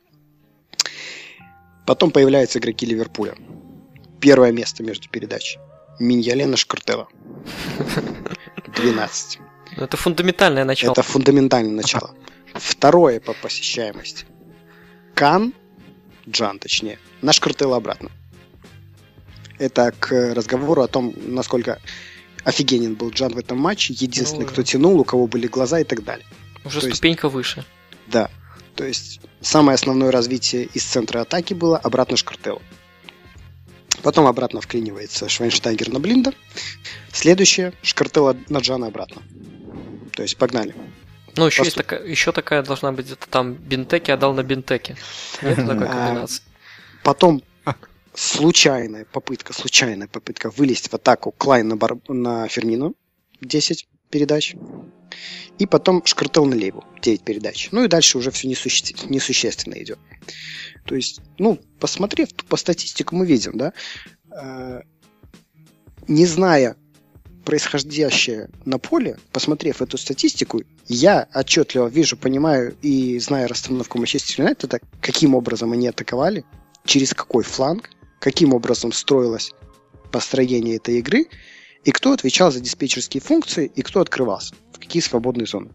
Потом появляются игроки Ливерпуля. Первое место между передач. Миньялена Шкуртела. двенадцать. Это фундаментальное начало. Это фундаментальное начало. Второе по посещаемости. Кан, Джан, точнее, наш Шкуртела обратно. Это к разговору о том, насколько офигенен был Джан в этом матче. Единственный, ну, кто тянул, у кого были глаза и так далее. Уже То есть- ступенька выше. Да. То есть самое основное развитие из центра атаки было обратно Шкартелу. Потом обратно вклинивается Швайнштайгер на Блинда. Следующее Шкартела на Джана обратно. То есть погнали. Ну, еще, Поступ- есть такая, еще такая должна быть где-то там Бинтеки отдал на Бинтеки. Нет такой А, комбинации. Потом случайная попытка, случайная попытка вылезть в атаку Клайн на, Бар- на Фермину. десять передач. И потом Шкартел на Лейбу. девять передач. Ну и дальше уже все несуще... несущественно идет. То есть, ну, посмотрев по статистику, мы видим, да, э, не зная происходящее на поле, посмотрев эту статистику, я отчетливо вижу, понимаю и зная расстановку Манчестер Юнайтеда, каким образом они атаковали, через какой фланг, каким образом строилось построение этой игры, и кто отвечал за диспетчерские функции, и кто открывался, в какие свободные зоны.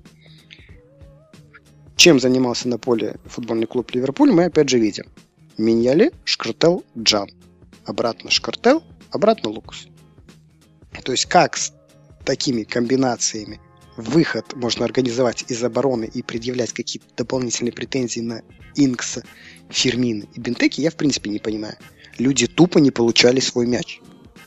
Чем занимался на поле футбольный клуб Ливерпуль, мы опять же видим. Миньяле, Шкартел, Джан. Обратно Шкартел, обратно Лукас. То есть как с такими комбинациями выход можно организовать из обороны и предъявлять какие-то дополнительные претензии на Инкса, Фермина и Бентеки, я в принципе не понимаю. Люди тупо не получали свой мяч.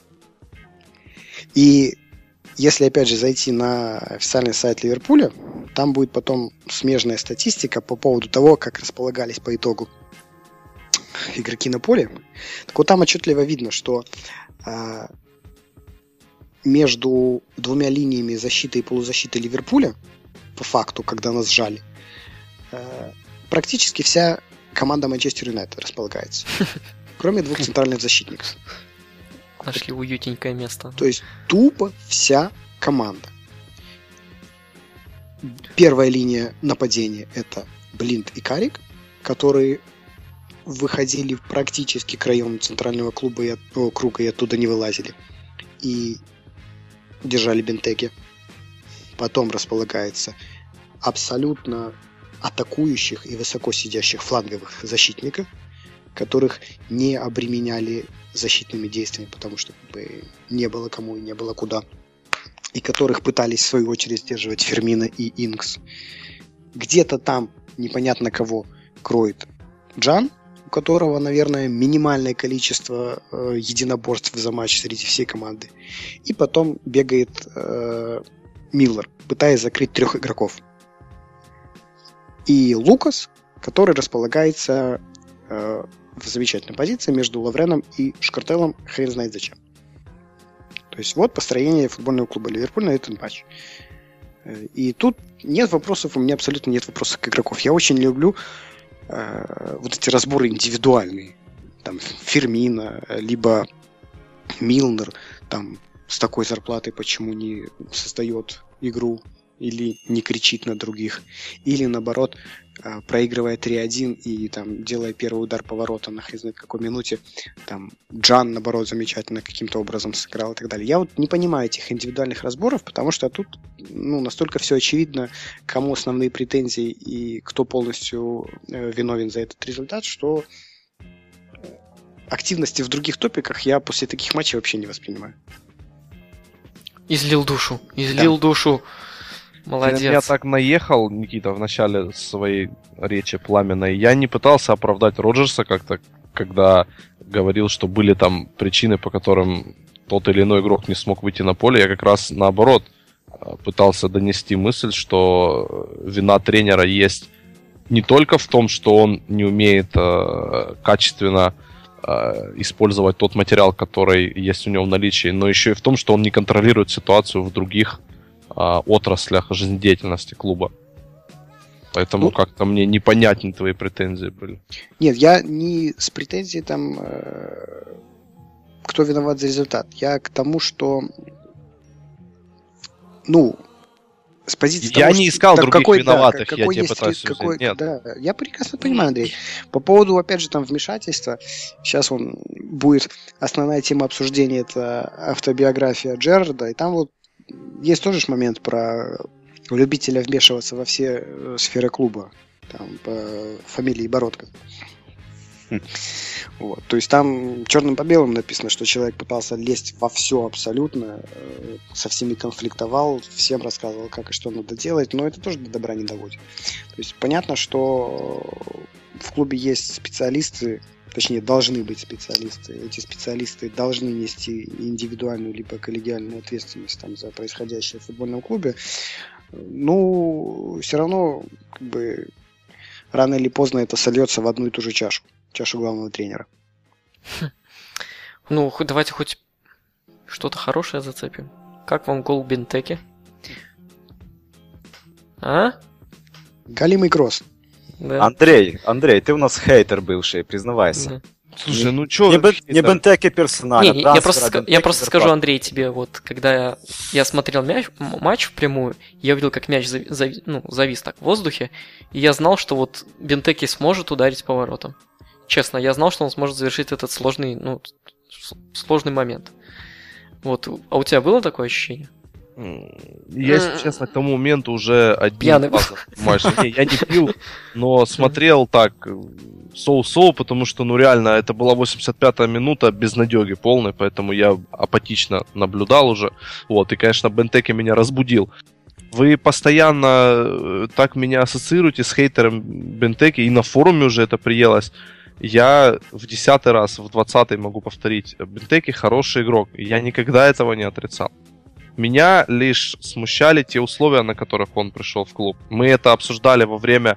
И если опять же зайти на официальный сайт Ливерпуля, там будет потом смежная статистика по поводу того, как располагались по итогу игроки на поле. Так вот там отчетливо видно, что а, между двумя линиями защиты и полузащиты Ливерпуля, по факту, когда нас сжали, а, практически вся команда Манчестер Юнайтед располагается. Кроме двух центральных защитников. Нашли уютненькое место. То есть тупо вся команда. Первая линия нападения — это Блинд и Карик, которые выходили практически к району центрального клуба и от, о, круга и оттуда не вылазили. И держали Бентеки. Потом располагается абсолютно атакующих и высоко сидящих фланговых защитников, которых не обременяли защитными действиями, потому что как бы, не было кому и не было куда. И которых пытались в свою очередь сдерживать Фермина и Инкс. Где-то там непонятно кого кроет Джан, у которого, наверное, минимальное количество э, единоборств за матч среди всей команды. И потом бегает э, Миллер, пытаясь закрыть трех игроков. И Лукас, который располагается э, в замечательной позиции между Лавреном и Шкартелом, хрен знает зачем. То есть вот построение футбольного клуба Ливерпуль на этот матч. И тут нет вопросов, у меня абсолютно нет вопросов к игроков. Я очень люблю э, вот эти разборы индивидуальные. Там Фермина, либо Милнер, там с такой зарплатой почему не создает игру или не кричит на других, или наоборот проигрывая три один и там делая первый удар поворота на хрен знает какой минуте, там Джан наоборот замечательно каким-то образом сыграл и так далее. Я вот не понимаю этих индивидуальных разборов, потому что тут ну, настолько все очевидно, кому основные претензии и кто полностью э, виновен за этот результат, что активности в других топиках я после таких матчей вообще не воспринимаю. Излил душу, излил Да. душу. Молодец. Ты на меня так наехал, Никита, в начале своей речи пламенной. Я не пытался оправдать Роджерса как-то, когда говорил, что были там причины, по которым тот или иной игрок не смог выйти на поле. Я как раз наоборот пытался донести мысль, что вина тренера есть не только в том, что он не умеет э, качественно э, использовать тот материал, который есть у него в наличии, но еще и в том, что он не контролирует ситуацию в других отраслях жизнедеятельности клуба. Поэтому Ну, как-то мне непонятны твои претензии были. Нет, я не с претензией там, э, кто виноват за результат. Я к тому, что ну, с позиции Я того, не что- искал как- других какой, да, виноватых, как- я какой тебе есть пытаюсь риск, какой- объяснить. Нет. да, я прекрасно понимаю, Андрей. По поводу, опять же, там вмешательства, сейчас он будет основная тема обсуждения, это автобиография Джерарда, и там вот есть тоже ж момент про любителя вмешиваться во все э, сферы клуба, там по фамилии Бородко. Хм. Вот. То есть там черным по белому написано, что человек пытался лезть во все абсолютно, э, со всеми конфликтовал, всем рассказывал, как и что надо делать, но это тоже до добра не доводит. То есть понятно, что в клубе есть специалисты, точнее должны быть специалисты. Эти специалисты должны нести индивидуальную либо коллегиальную ответственность там, за происходящее в футбольном клубе. Ну, все равно, как бы, рано или поздно это сольется в одну и ту же чашу. Чашу главного тренера. Ну, хоть- давайте хоть что-то хорошее зацепим. Как вам гол Бентеки? А? Галимый кросс. Да. Андрей, Андрей, ты у нас хейтер бывший, признавайся. Да. Слушай, ну чё... Не, Бен- не хейтер? Бентеки персонально. Не, я просто, трансфера ска- Бентеки я просто скажу, зарплаты. Андрей, тебе, вот, когда я, я смотрел мяч, м- матч впрямую, я увидел, как мяч зави- зави- ну, завис так в воздухе, и я знал, что вот Бентеки сможет ударить по воротам. Честно, я знал, что он сможет завершить этот сложный, ну, с- сложный момент. Вот, а у тебя было такое ощущение? М, Я, если честно, к тому моменту уже одним Пьяный был. глазом матч. Не, я не пил, но смотрел так э, соу-соу, потому что, ну реально, это была восемьдесят пятая минута безнадёги полной, поэтому я апатично наблюдал уже. Вот, и, конечно, Бентеки меня разбудил. Вы постоянно э, так меня ассоциируете с хейтером Бентеки, и на форуме уже это приелось. Я в десятый раз, в двадцатый могу повторить, Бентеки хороший игрок, и я никогда этого не отрицал. Меня лишь смущали те условия, на которых он пришел в клуб. Мы это обсуждали во время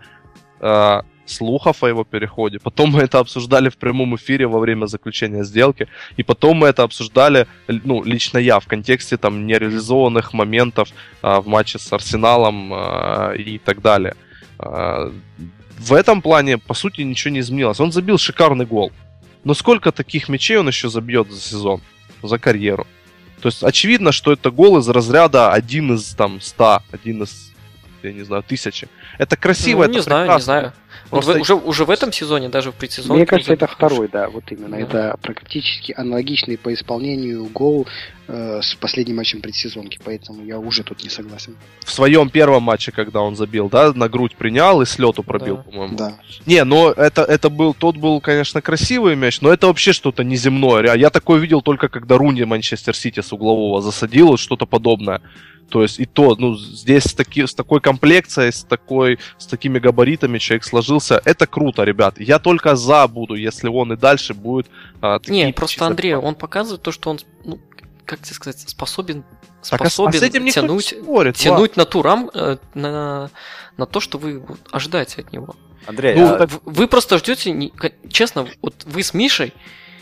э, слухов о его переходе, потом мы это обсуждали в прямом эфире во время заключения сделки, и потом мы это обсуждали, ну, лично я, в контексте там нереализованных моментов э, в матче с Арсеналом э, и так далее. Э, в этом плане, по сути, ничего не изменилось. Он забил шикарный гол. Но сколько таких мячей он еще забьет за сезон, за карьеру? То есть очевидно, что это гол из разряда один из там ста, один из, я не знаю, тысячи. Это красиво, Ну, это не знаю, не прекрасно. знаю. Вот Просто- в- уже, уже в этом сезоне, даже в предсезонке... Мне кажется, он это забил хороший. второй, да, вот именно. Да. Это практически аналогичный по исполнению гол э, с последним матчем предсезонки, поэтому я уже тут не согласен. В своем первом матче, когда он забил, да, на грудь принял и с лету пробил, Да. по-моему. Да. Не, но это, это был, тот был, конечно, красивый мяч, но это вообще что-то неземное. Ре- Я такое видел только когда Руни Манчестер Сити с углового засадил, вот что-то подобное. То есть и то, ну, здесь с, таки, с такой комплекцией, с, такой, с такими габаритами человек сложился. Это круто, ребят. Я только за буду, если он и дальше будет а, такие Не, просто чисто- Андрей, он показывает то, что он, ну, как тебе сказать, способен, Так, а с- а способен с этим никто не тянуть, спорит, тянуть на ту рам, э, на, на то, что вы вот ожидаете от него. Андрей, Ну, а так- В- Вы просто ждете, не- ко- честно, вот вы с Мишей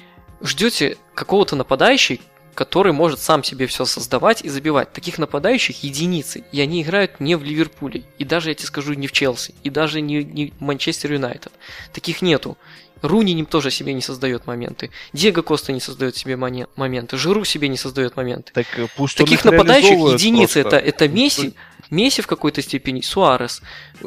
ждете какого-то нападающего, который может сам себе все создавать и забивать. Таких нападающих единицы, и они играют не в Ливерпуле, и даже, я тебе скажу, не в Челси, и даже не, не в Манчестер Юнайтед. Таких нету. Руни ним тоже себе не создает моменты. Диего Коста не создает себе моне- моменты. Жиру себе не создает моменты. Так э, пусть он Таких их нападающих реализовывает единицы. просто. Это, это Месси, Месси в какой-то степени, Суарес.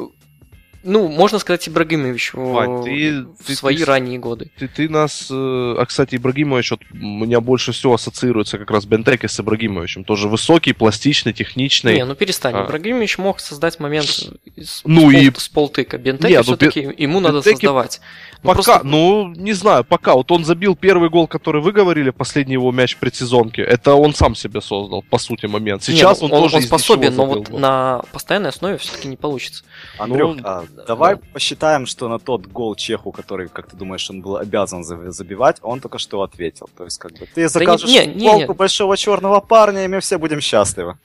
Ну, можно сказать, Ибрагимович в, Вань, ты- в ты- свои ты- ранние годы. Ты, ты нас... э, А, кстати, Ибрагимович, вот, у меня больше всего ассоциируется как раз Бентеки с Ибрагимовичем. Тоже высокий, пластичный, техничный. Не, ну перестань. А. Ибрагимович мог создать момент с, Ну с и- пол- с полтыка. Бентеки Не, ну, все-таки ему надо Бентеки создавать. Ну, Пока, просто- ну, не знаю, пока. Вот он забил первый гол, который вы говорили, последний его мяч в предсезонке. Это он сам себе создал, по сути, момент. Не, Сейчас ну, он, тоже из ничего способен, но забил вот гол. на постоянной основе все-таки не получится. Андрюх, Ну, а, давай да. посчитаем, что на тот гол Чеху, который, как ты думаешь, он был обязан за- забивать, он только что ответил. То есть, как бы, ты закажешь не- не- футболку не. большого черного парня, и мы все будем счастливы.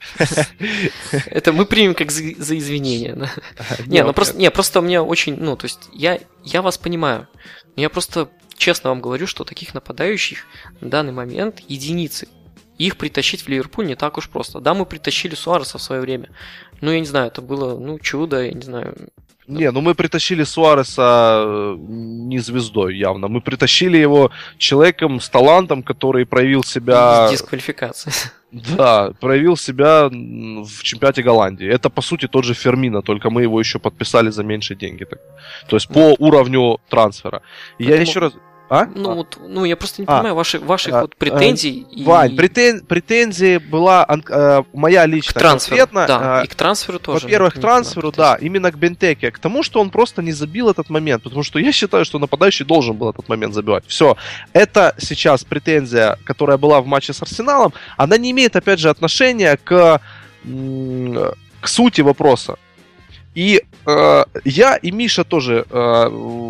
Это мы примем как за, за извинение. Да? Не, Не, ну вот просто, не, просто мне очень, ну, то есть я, я вас понимаю. Но я просто честно вам говорю, что таких нападающих на данный момент единицы. Их притащить в Ливерпуль не так уж просто. Да, мы притащили Суареса в свое время. Ну, я не знаю, это было, ну, чудо, я не знаю. Не, ну мы притащили Суареса э, не звездой явно. Мы притащили его человеком с талантом, который проявил себя... С дисквалификацией. Да, проявил себя м, в чемпионате Голландии. Это, по сути, тот же Фермино, только мы его еще подписали за меньшие деньги. Так. То есть по уровню трансфера. И я Поэтому- еще раз... А? Ну, А. вот, ну, я просто не А. понимаю ваши, ваших А, вот претензий. э, и... Вань, претен... претензии была э, моя К личная трансферу, конкретно. да, э, и к трансферу тоже. Во-первых, к не понимаю трансферу, претензий. да, именно к Бентеке. К тому, что он просто не забил этот момент. Потому что я считаю, что нападающий должен был этот момент забивать. Все. Это сейчас претензия, которая была в матче с Арсеналом. Она не имеет, опять же, отношения к, м- к сути вопроса. И э, я и Миша тоже, э,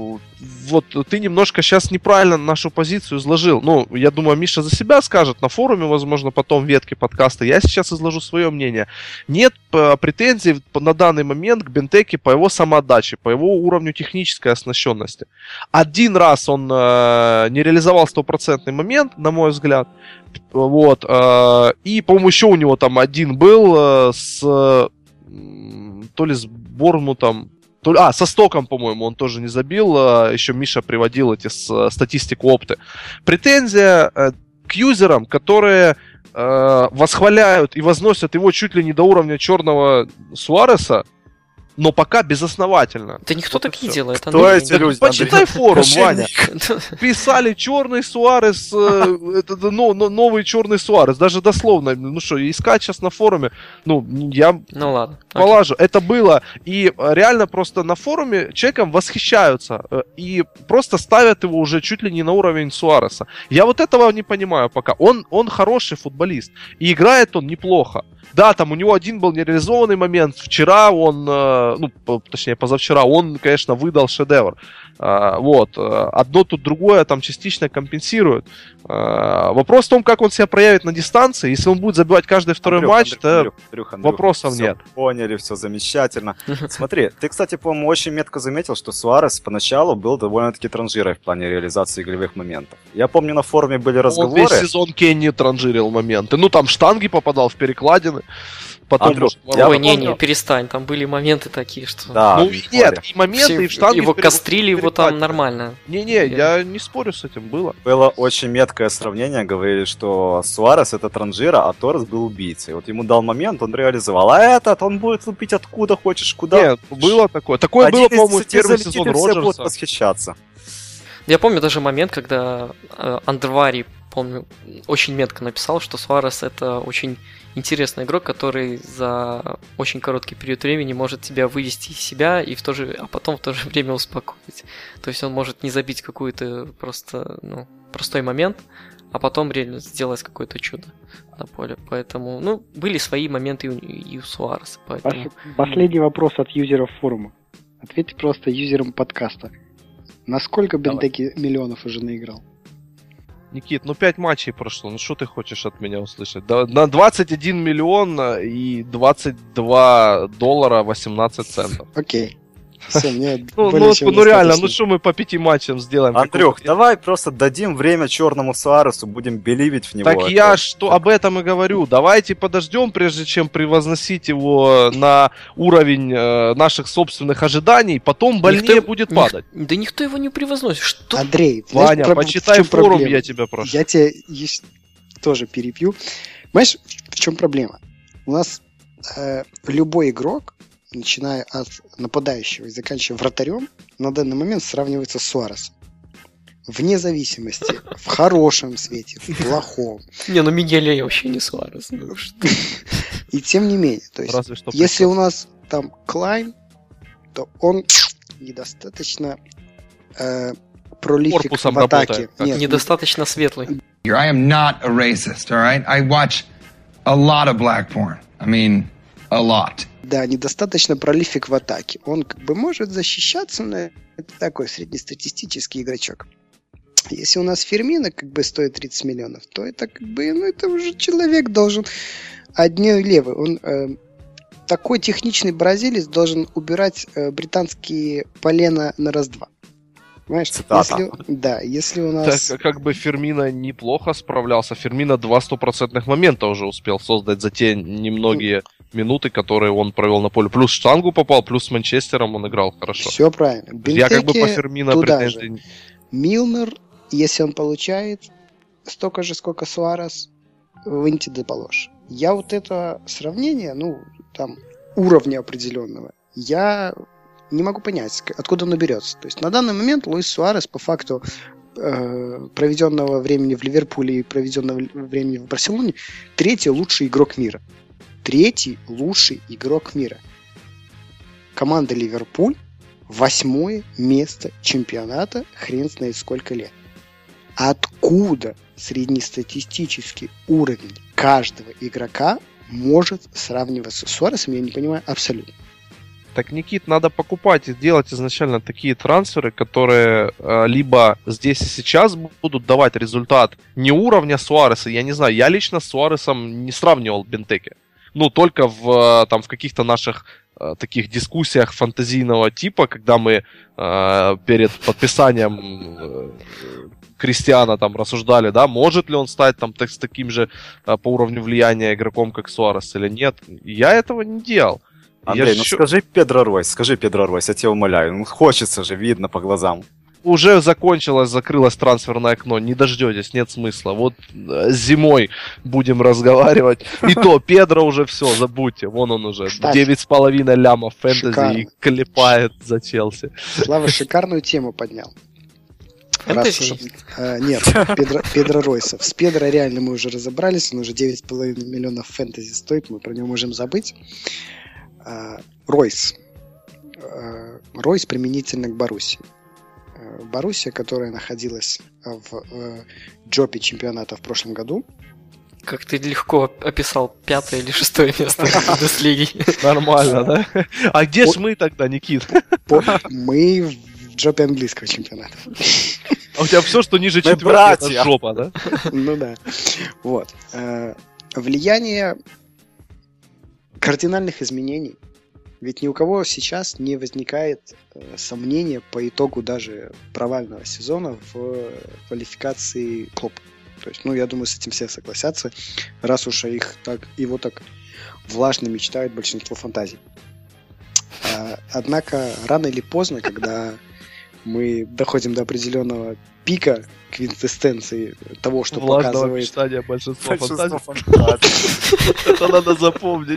вот ты немножко сейчас неправильно нашу позицию изложил. Ну, я думаю, Миша за себя скажет на форуме, возможно, потом в ветке подкаста. Я сейчас изложу свое мнение. Нет э, претензий на данный момент к Бентеке по его самоотдаче, по его уровню технической оснащенности. Один раз он э, не реализовал стопроцентный момент, на мой взгляд. Вот. Э, и, по-моему, еще у него там один был э, с... Э, то ли с Борнмутом, то ли, а, со Стоком, по-моему, он тоже не забил. Еще Миша приводил эти с, статистику опты. Претензия э, к юзерам, которые э, восхваляют и возносят его чуть ли не до уровня черного Суареса, но пока безосновательно. Да никто Вот так и не всё. делает. Кто Андрей. эти люди? Почитай форум, Ваня. Мошенник. Писали черный Суарес, э, это, ну, ну, новый черный Суарес, даже дословно. Ну что, искать сейчас на форуме, ну, я Ну ладно. окей. положу. Это было. И э, реально просто на форуме человеком восхищаются. э, И просто ставят его уже чуть ли не на уровень Суареса. Я вот этого не понимаю пока. Он, он хороший футболист. И играет он неплохо. Да, там у него один был нереализованный момент. Вчера он, э, ну, по- точнее, позавчера, он, конечно, выдал шедевр. А, вот. э, Одно тут другое там частично компенсирует. А, Вопрос в том, как он себя проявит на дистанции. Если он будет забивать каждый второй Андрюх, матч, Андрюх, то Андрюх, Андрюх, Андрюх, вопросов всё нет. Поняли, все замечательно. Смотри, ты, кстати, по-моему, очень метко заметил, что Суарес поначалу был довольно-таки транжирой в плане реализации игровых моментов. Я помню, на форуме были он разговоры. весь сезон Кенни транжирил моменты. Ну, там штанги попадал в перекладины. Потом, Андрюх, может, я Ой, ворот- не, не, перестань, там были моменты такие, что... Да, Ну, в и нет, форе. и моменты, все- и в штанги. его в перек- кострили, его там перекладины. нормально. Не-не, Я- я не спорю с этим, было. Было очень меткое сравнение, говорили, что Суарес это транжира, а Торрес был убийцей. Вот ему дал момент, он реализовал. А этот, он будет лупить откуда хочешь, куда. Нет, было такое. Такое Один было, из по-моему, в десяти первый залетит, сезон и все будут Роджерса. восхищаться. Я помню даже момент, когда э, Андервари, помню, очень метко написал, что Суарес это очень интересный игрок, который за очень короткий период времени может тебя вывести из себя и в то же, а потом в то же время успокоить. То есть он может не забить какой-то просто, ну, простой момент, а потом реально сделать какое-то чудо на поле. Поэтому, ну, были свои моменты и у, и у Суареса. Поэтому... Пос- Последний вопрос от юзеров форума. Ответьте просто юзерам подкаста. Насколько Бентеки миллионов уже наиграл? Никит, ну пять матчей прошло, ну что ты хочешь от меня услышать? Да, на двадцать один миллион и двадцать два доллара восемнадцать центов. Окей. Все, мне Ну, более ну, чем ну реально, достаточно. ну что мы по пяти матчам сделаем? Андрюх, Какого- давай просто дадим время черному Суаресу, будем беливить в него. Так Это- я что об этом и говорю. Давайте подождем, прежде чем превозносить его на уровень э, наших собственных ожиданий. Потом больнее Никто- будет ник- падать. Да никто его не превозносит. Что? Андрей, знаешь, Ваня, про- в почитай чем форум, проблема? я тебя прошу. Я тебя есть- тоже перепью. Понимаешь, в чем проблема? У нас э, любой игрок, начиная от нападающего и заканчивая вратарем, на данный момент сравнивается с Суаресом. Вне зависимости, в хорошем свете, в плохом. Не, ну Мигель вообще не Суарес. Ну, что? И тем не менее, то есть, Разве что если у нас там Клайн, то он недостаточно э, пролифик Корпусом в атаке. работает, как Нет, Недостаточно светлый. Here, I am not a racist, all right? I watch a lot of black porn. I mean, a lot. да, недостаточно пролифик в атаке. Он как бы может защищаться, но это такой среднестатистический игрочок. Если у нас Фермино как бы стоит тридцать миллионов, то это как бы, ну это уже человек должен одной левый. Он э, такой техничный бразилец должен убирать э, британские полена на раз-два. Понимаешь? Цитата. Если, да, если у нас... Так, как бы Фермино неплохо справлялся. Фермино два стопроцентных момента уже успел создать за те немногие минуты, которые он провел на поле. Плюс штангу попал, плюс с Манчестером он играл хорошо. Все правильно. Я как бы по Бентеке Фермино туда претензий... же. Милнер, если он получает столько же, сколько Суарес, выньте да положь. Я вот это сравнение, ну, там, уровня определенного, я не могу понять, откуда оно берется. То есть на данный момент Луис Суарес по факту э, проведенного времени в Ливерпуле и проведенного времени в Барселоне, третий лучший игрок мира. Третий лучший игрок мира. Команда Ливерпуль восьмое место чемпионата, хрен знает сколько лет. Откуда среднестатистический уровень каждого игрока может сравниваться с Суаресом, я не понимаю абсолютно. Так, Никит, надо покупать и делать изначально такие трансферы, которые э, либо здесь и сейчас будут давать результат не уровня Суареса, я не знаю, я лично с Суаресом не сравнивал Бентеке. Ну, только в, там, в каких-то наших э, таких дискуссиях фантазийного типа, когда мы э, перед подписанием э, Кристиана там рассуждали, да, может ли он стать там так, с таким же э, по уровню влияния игроком, как Суарес, или нет. Я этого не делал. Андрей, я ну еще... скажи Педро Ройс, скажи Педро Ройс, я тебя умоляю. Ну, хочется же, видно по глазам. Уже закончилось, закрылось трансферное окно, не дождетесь, нет смысла. Вот э, зимой будем разговаривать. И то, Педро уже все, забудьте. Вон он уже, девять с половиной лямов фэнтези Шикарно. и клепает за Челси. Слава шикарную тему поднял. Раз уж, э, нет, Педро, Педро Ройсов. С Педро реально мы уже разобрались, он уже девять с половиной миллионов фэнтези стоит, мы про него можем забыть. Э, Ройс. Э, Ройс применительно к Боруссии. Э, Боруссия, которая находилась в э, джопе чемпионата в прошлом году. Как ты легко описал пятое или шестое место Бундеслиги. Нормально, да? А где ж мы тогда, Никит? Мы в джопе английского чемпионата. А у тебя все, что ниже Мы четвертого, это братья. жопа, да? Ну да. Вот. Э, Влияние кардинальных изменений. Ведь ни у кого сейчас не возникает э, сомнения по итогу даже провального сезона в квалификации Клопа. То есть, ну, я думаю, с этим все согласятся, раз уж их так, его так влажно мечтают большинство фантазий. А, однако, рано или поздно, когда мы доходим до определенного пика квинтэссенции того, что Влажного показывает... мечтания большинства Большинство фантазий. фантазий. Это надо запомнить.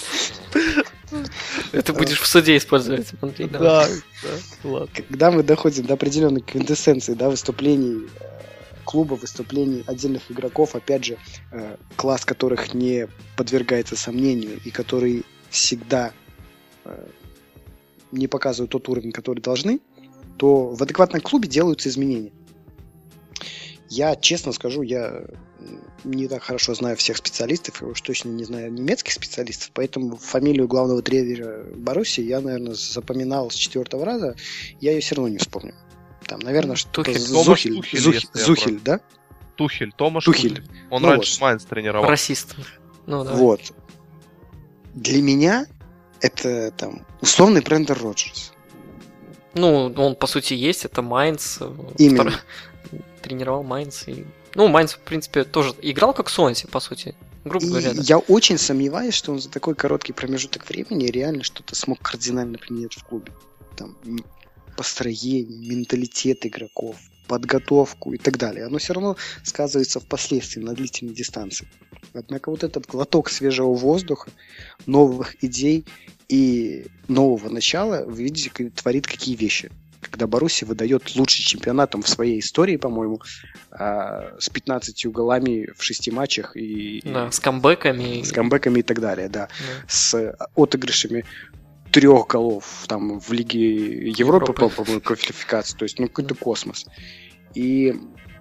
Это будешь в суде использовать, Андрей. Да, давай. да, ладно. Когда мы доходим до определенной квинтэссенции, да, выступлений э, клуба, выступлений отдельных игроков, опять же, э, класс которых не подвергается сомнению и который всегда э, не показывают тот уровень, который должны, то в адекватном клубе делаются изменения. Я честно скажу, я не так хорошо знаю всех специалистов, и уж точно не знаю немецких специалистов, поэтому фамилию главного тренера Боруссии я, наверное, запоминал с четвертого раза, я ее все равно не вспомню. Там, наверное, что-то Тухель. Зухель, Тухель, Зухель, если я Зухель, да? Тухель, Томаш Тухель. Тухель. Он Ну раньше вот. Майнц тренировал. Расист. Ну, да. Вот. Для меня это там условный Брендер Роджерс. Ну, он, по сути, есть, это Майнц. Именно. Второй- Тренировал Майнц. И... Ну, Майнц, в принципе, тоже играл как Сонси, по сути. Грубо И говоря, да. я очень сомневаюсь, что он за такой короткий промежуток времени реально что-то смог кардинально применять в клубе. Там м, построение, менталитет игроков, подготовку и так далее. Оно все равно сказывается впоследствии на длительной дистанции. Однако вот этот глоток свежего воздуха, новых идей и нового начала, вы видите, как творит какие вещи. Когда Боруссия выдает лучший чемпионатом в своей истории, по-моему, а, с пятнадцатью голами в шести матчах и, Да, с камбэками. и с камбэками и так далее, да. Да. С отыгрышами трех голов там в Лиге Европы, Европы. по- по-моему, квалификации. То есть, ну, какой-то космос. И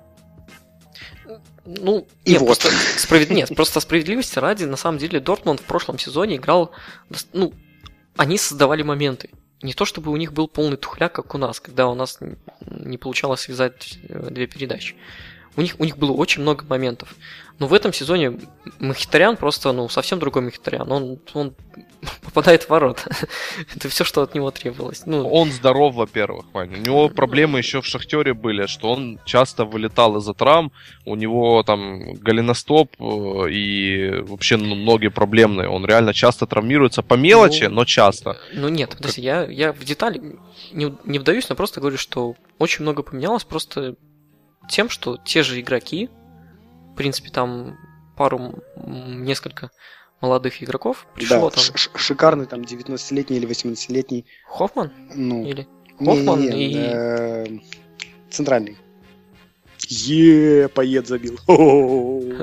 Ну, И нет, вот. просто, справед- нет, просто справедливости ради, на самом деле, Дортмунд в прошлом сезоне играл... дос- Ну, они создавали моменты. Не то, чтобы у них был полный тухляк, как у нас, когда у нас н- не получалось связать э, две передачи. У них, у них было очень много моментов. Но в этом сезоне Мхитарян просто, ну, совсем другой Мхитарян. Он, он попадает в ворота. Это все, что от него требовалось. Ну, Он здоров, во-первых, Вань. У него проблемы еще в Шахтере были, что он часто вылетал из-за травм, у него там голеностоп э, и вообще ну, ноги проблемные. Он реально часто травмируется по мелочи, Ну, но часто. Ну нет, подожди, я, я в детали не, не вдаюсь, но просто говорю, что очень много поменялось просто тем, что те же игроки, в принципе, там пару, м, несколько молодых игроков пришло да, там ш- ш- шикарный там девятнадцатилетний или восемнадцатилетний, Хоффман ну, или не- Хоффман не- не, и... э, центральный. Е, поед забил. О-о-о.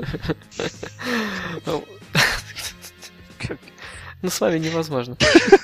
Ну, с вами невозможно.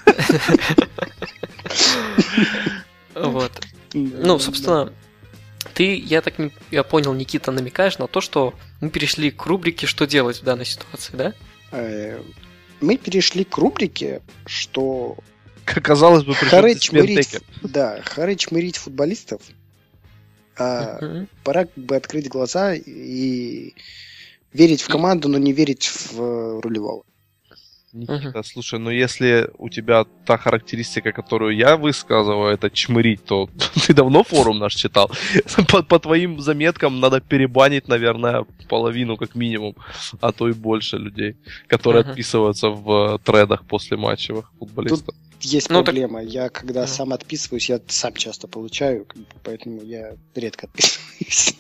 Вот. Ну, собственно, ты, я так не, я понял, Никита, намекаешь на то, что мы перешли к рубрике «Что делать в данной ситуации», да? Э, Мы перешли к рубрике, что Как казалось бы, причем хоры здесь Ментеке. чмырить, да, хоры чмырить футболистов, а Мгм. пора как бы открыть глаза и верить в команду, но не верить в э, рулевого. Никита, слушай, ну если у тебя та характеристика, которую я высказываю, это чмырить, то ты давно форум наш читал? По, по твоим заметкам надо перебанить, наверное, половину как минимум, а то и больше людей, которые Ага. отписываются в э, тредах после матчевых футболистов. Есть Ну, так- проблема. Я когда Ага. сам отписываюсь, я сам часто получаю, как бы, поэтому я редко отписываюсь.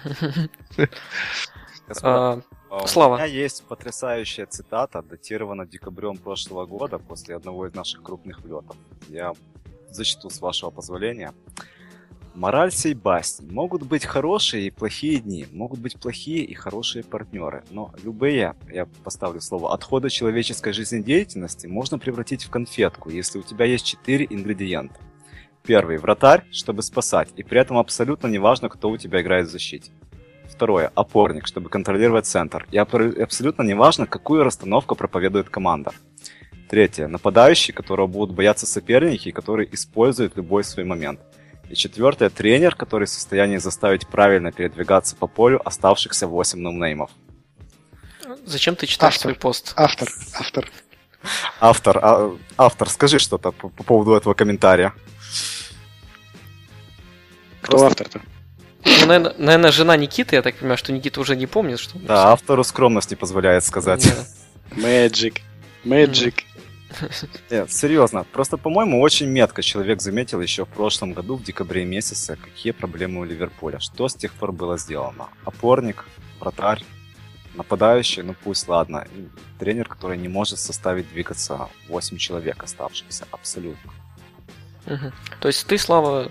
Господа, А, а, Слава. У меня есть потрясающая цитата, датирована декабрем прошлого года, после одного из наших крупных влетов. Я зачту с вашего позволения. Мораль сей басни. Могут быть хорошие и плохие дни, могут быть плохие и хорошие партнеры, но любые, я поставлю слово, отходы человеческой жизнедеятельности можно превратить в конфетку, если у тебя есть четыре ингредиента. Первый – вратарь, чтобы спасать, и при этом абсолютно неважно, кто у тебя играет в защите. Второе – опорник, чтобы контролировать центр, и аб- абсолютно неважно, какую расстановку проповедует команда. Третье – нападающий, которого будут бояться соперники и который использует любой свой момент. И четвертое – тренер, который в состоянии заставить правильно передвигаться по полю оставшихся восемь ноунеймов. Зачем ты читаешь Автор. свой пост? Автор, автор. Автор, а, автор, скажи что-то по, по поводу этого комментария. Кто Просто- автор-то? Ну, наверное, наверное, жена Никиты, я так понимаю, что Никита уже не помнит, что... Да, автору скромность не позволяет сказать. Да. Magic. Magic. Нет, серьезно, просто, по-моему, очень метко человек заметил еще в прошлом году, в декабре месяце, какие проблемы у Ливерпуля. Что с тех пор было сделано? Опорник, вратарь, нападающий, ну пусть, ладно. И тренер, который не может составить двигаться восемь человек оставшихся, абсолютно. Мгм. То есть ты, Слава,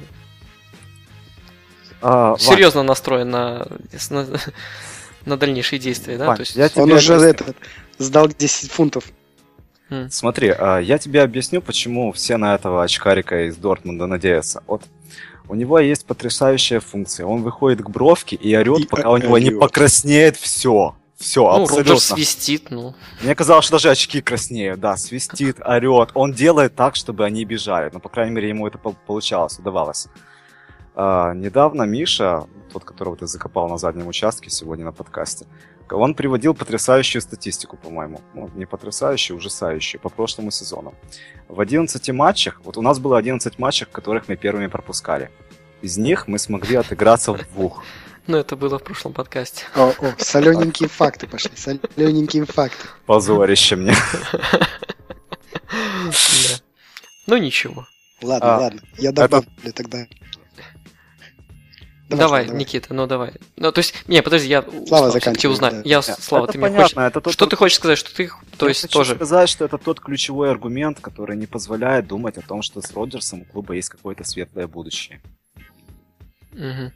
А, Вань, серьезно настроен на, на, на дальнейшие действия, да? Вань, То есть... я тебе Он уже объясню. этот, сдал десять фунтов. М. Смотри, а, я тебе объясню, почему все на этого очкарика из Дортмунда надеются. Вот у него есть потрясающая функция. Он выходит к бровке и орет, И пока у него не орёт. покраснеет все. Все, Ну, абсолютно. Роджер свистит, ну. Мне казалось, что даже очки краснеют, да, свистит, орет. Он делает так, чтобы они бежали. Ну, по крайней мере, ему это пол- получалось, удавалось. А, недавно Миша, тот, которого ты закопал на заднем участке сегодня на подкасте, он приводил потрясающую статистику, по-моему. Ну, не потрясающую, ужасающую, по прошлому сезону. В одиннадцати матчах, вот у нас было одиннадцать матчей, которых мы первыми пропускали. Из них мы смогли отыграться в двух. Ну, это было в прошлом подкасте. О, о, солененькие факты пошли, солененькие факты. Позорище мне. Да. Ну, ничего. Ладно, А, ладно, я добавлю тогда. Давай, Слава, Никита, ну давай. Ну, то есть, не, подожди, я Слава, все-таки заканчивай, узнаю. да. Я, Нет, Слава, это ты мне понятно, хочешь... это тот- Что ты хочешь сказать, что ты, то Я есть, хочу тоже... сказать, что это тот ключевой аргумент, который не позволяет думать о том, что с Роджерсом у клуба есть какое-то светлое будущее. Мгм.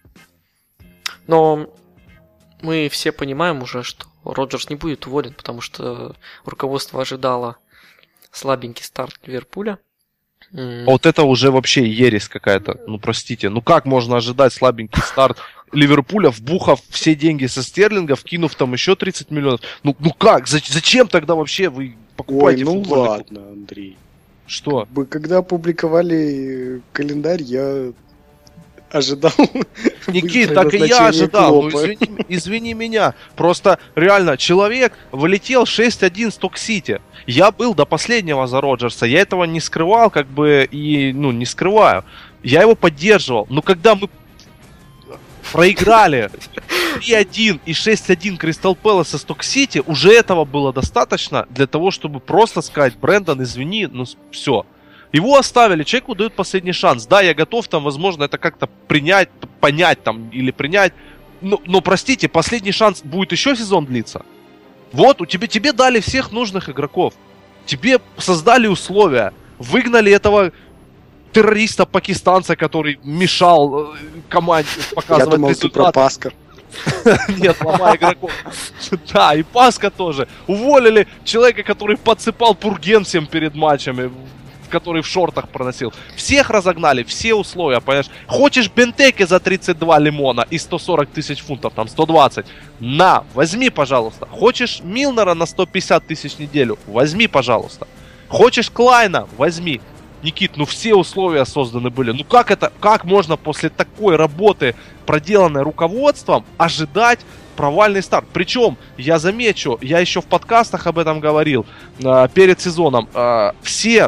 Но мы все понимаем уже, что Роджерс не будет уволен, потому что руководство ожидало слабенький старт Ливерпуля. М, А вот это уже вообще ересь какая-то. Ну, простите. Ну, как можно ожидать слабенький старт Ливерпуля, вбухав все деньги со стерлингов, кинув там еще тридцать миллионов? Ну, ну как? За- зачем тогда вообще вы Ой, покупаете ну футбольный клуб? ладно, Андрей. Что? Бы- Когда опубликовали календарь, я ожидал. Никит, быстрое так и я назначение ожидал. Ну, Клопа. извини, извини меня. Просто реально человек вылетел шесть один с Ток-Сити. Я был до последнего за Роджерса. Я этого не скрывал, как бы, и, ну, не скрываю. Я его поддерживал. Но когда мы проиграли три один и шесть один Кристал Пэласа с Ток-Сити, уже этого было достаточно для того, чтобы просто сказать: Брэндон, извини, ну все. Его оставили, человеку дают последний шанс. Да, я готов там, возможно, это как-то принять, понять там или принять. Но, но простите, последний шанс будет еще сезон длиться. Вот, у тебя, тебе дали всех нужных игроков. Тебе создали условия. Выгнали этого террориста-пакистанца, который мешал э, команде показывать Я думал, ты про результаты. Паскар. Нет, ломая игроков. Да, и Паска тоже. Уволили человека, который подсыпал пурген всем перед матчами, который в шортах проносил. Всех разогнали, все условия, понимаешь? Хочешь Бентеке за тридцать два лимона и сто сорок тысяч фунтов, там сто двадцать, на, возьми, пожалуйста. Хочешь Милнера на сто пятьдесят тысяч в неделю, возьми, пожалуйста. Хочешь Клайна, возьми. Никит, ну все условия созданы были. Ну как это, как можно после такой работы, проделанной руководством, ожидать провальный старт? Причем, я замечу, я еще в подкастах об этом говорил, э, перед сезоном, э, все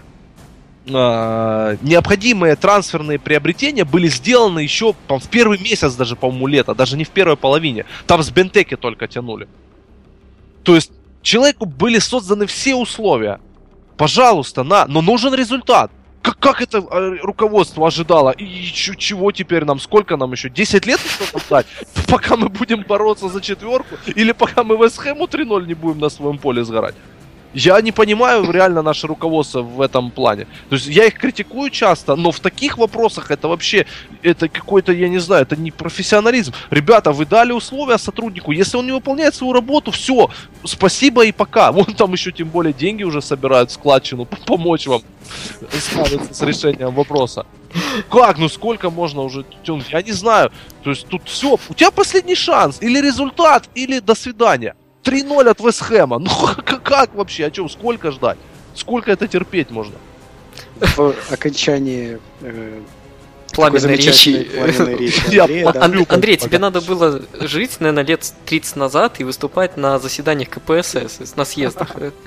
э, необходимые трансферные приобретения были сделаны еще в первый месяц даже, по-моему, лета, даже не в первой половине. Там с Бентеки только тянули. То есть, человеку были созданы все условия. Пожалуйста, на, но нужен результат. Как, как это руководство ожидало? И, и ч- чего теперь нам? Сколько нам еще? десять лет что-то ждать? Пока мы будем бороться за четверку? Или пока мы Вест Хэму три ноль не будем на своем поле сгорать? Я не понимаю реально наше руководство в этом плане. То есть я их критикую часто, но в таких вопросах это вообще, это какой-то, я не знаю, это не профессионализм. Ребята, вы дали условия сотруднику, если он не выполняет свою работу, все, спасибо и пока. Вон там еще тем более деньги уже собирают в складчину, помочь вам справиться с решением вопроса. Как? Ну сколько можно уже тянуть? Я не знаю. То есть тут все, у тебя последний шанс. Или результат, или до свидания. три ноль от Вест Хэма. Ну как вообще? О чем? Сколько ждать? Сколько это терпеть можно? В окончании э, Пламенной речи. пламенной речи Я Андрея, да. Ан- Андрей, тебе надо было жить, наверное, лет тридцать назад и выступать на заседаниях ка пэ эс эс, на съездах.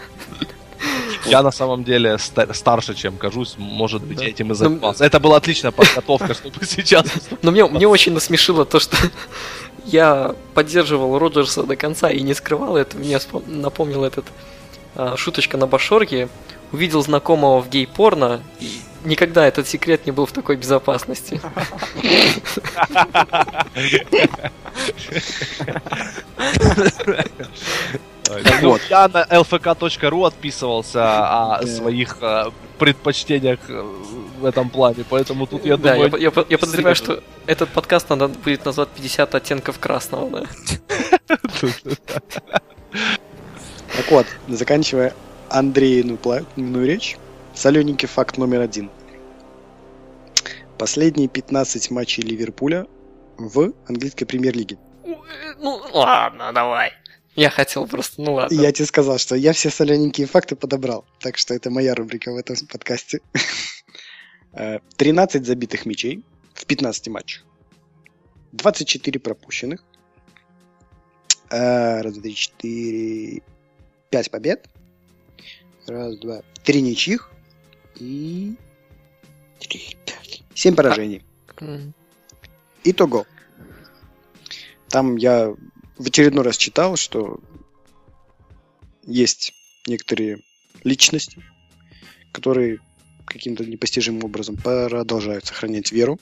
Я на самом деле ста- старше, чем кажусь. Может быть, Да. я этим и занимался. Это была отличная подготовка, чтобы сейчас... Но мне, мне очень насмешило то, что я поддерживал Роджерса до конца и не скрывал это. Мне спом- напомнил этот а, шуточка на Башорге. Увидел знакомого в гей-порно, и никогда этот секрет не был в такой безопасности. Ну, Вот. я на эл эф ка точка ру отписывался о своих э, предпочтениях э, в этом плане, поэтому тут я Да, думаю... я, я, я подозреваю, серьезно. что этот подкаст надо будет назвать пятьдесят оттенков красного, да. Так вот, заканчивая Андреину пламенную речь, солененький факт номер один. Последние пятнадцать матчей Ливерпуля в английской премьер-лиге. Ну, ладно, давай. Я хотел просто, ну ладно. Я тебе сказал, что я все солененькие факты подобрал, так что это моя рубрика в этом подкасте. тринадцать забитых мячей в пятнадцати матчах. двадцать четыре пропущенных. Раз, два, три, четыре... пять побед. Раз, два, три ничьих. И... четыре, пять. семь поражений. М. Итого. Там я в очередной раз читал, что есть некоторые личности, которые каким-то непостижимым образом продолжают сохранять веру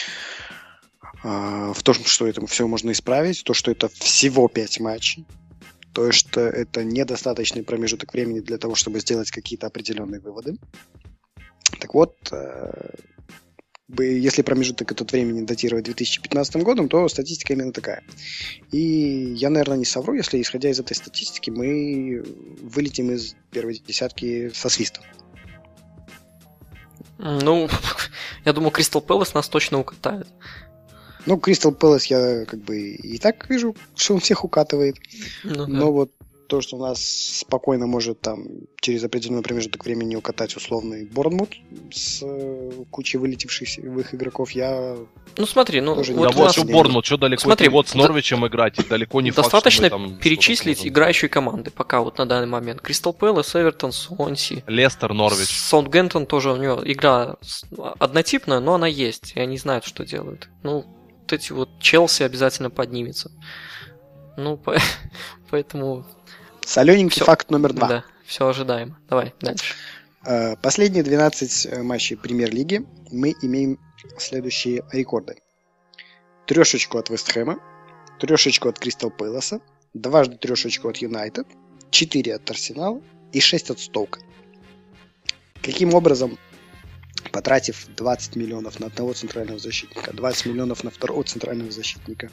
а, в то, что это все можно исправить, то, что это всего пять матчей, то, что это недостаточный промежуток времени для того, чтобы сделать какие-то определенные выводы. Так вот, если промежуток этот времени датировать две тысячи пятнадцатым годом, то статистика именно такая. И я, наверное, не совру, если, исходя из этой статистики, мы вылетим из первой десятки со свистом. Ну, я думаю, Кристал Пэлас нас точно укатает. Ну, Кристал Пэлас я как бы и так вижу, что он всех укатывает. Ну, да. Но вот то, что у нас спокойно может там через определенный промежуток времени укатать условный Борнмут с э, кучей вылетевших их игроков, я... Ну смотри, ну Тоже Да вот не у вот нас что Борнмут, что далеко Смотри, идти, вот с да- Норвичем играть, и далеко не факт, что мы достаточно там перечислить что-то можем. играющие команды пока вот на данный момент. Кристал Пэлас, Эвертон, Суонси. Лестер, Норвич. Саутгемптон тоже у него игра с- однотипная, но она есть, и они знают, что делают. Ну, вот эти вот Челси обязательно поднимется. Ну, по- поэтому... Солененький Всё. факт номер два. Да, все ожидаемо. Давай, дальше. Э, Последние двенадцать э, матчей премьер-лиги мы имеем следующие рекорды. Трешечку от Вест Хэма, трешечку от Кристал Пэласа, дважды трешечку от Юнайтед, четыре от Арсенала и шесть от Стоука. Каким образом потратив двадцать миллионов на одного центрального защитника, двадцать миллионов на второго центрального защитника,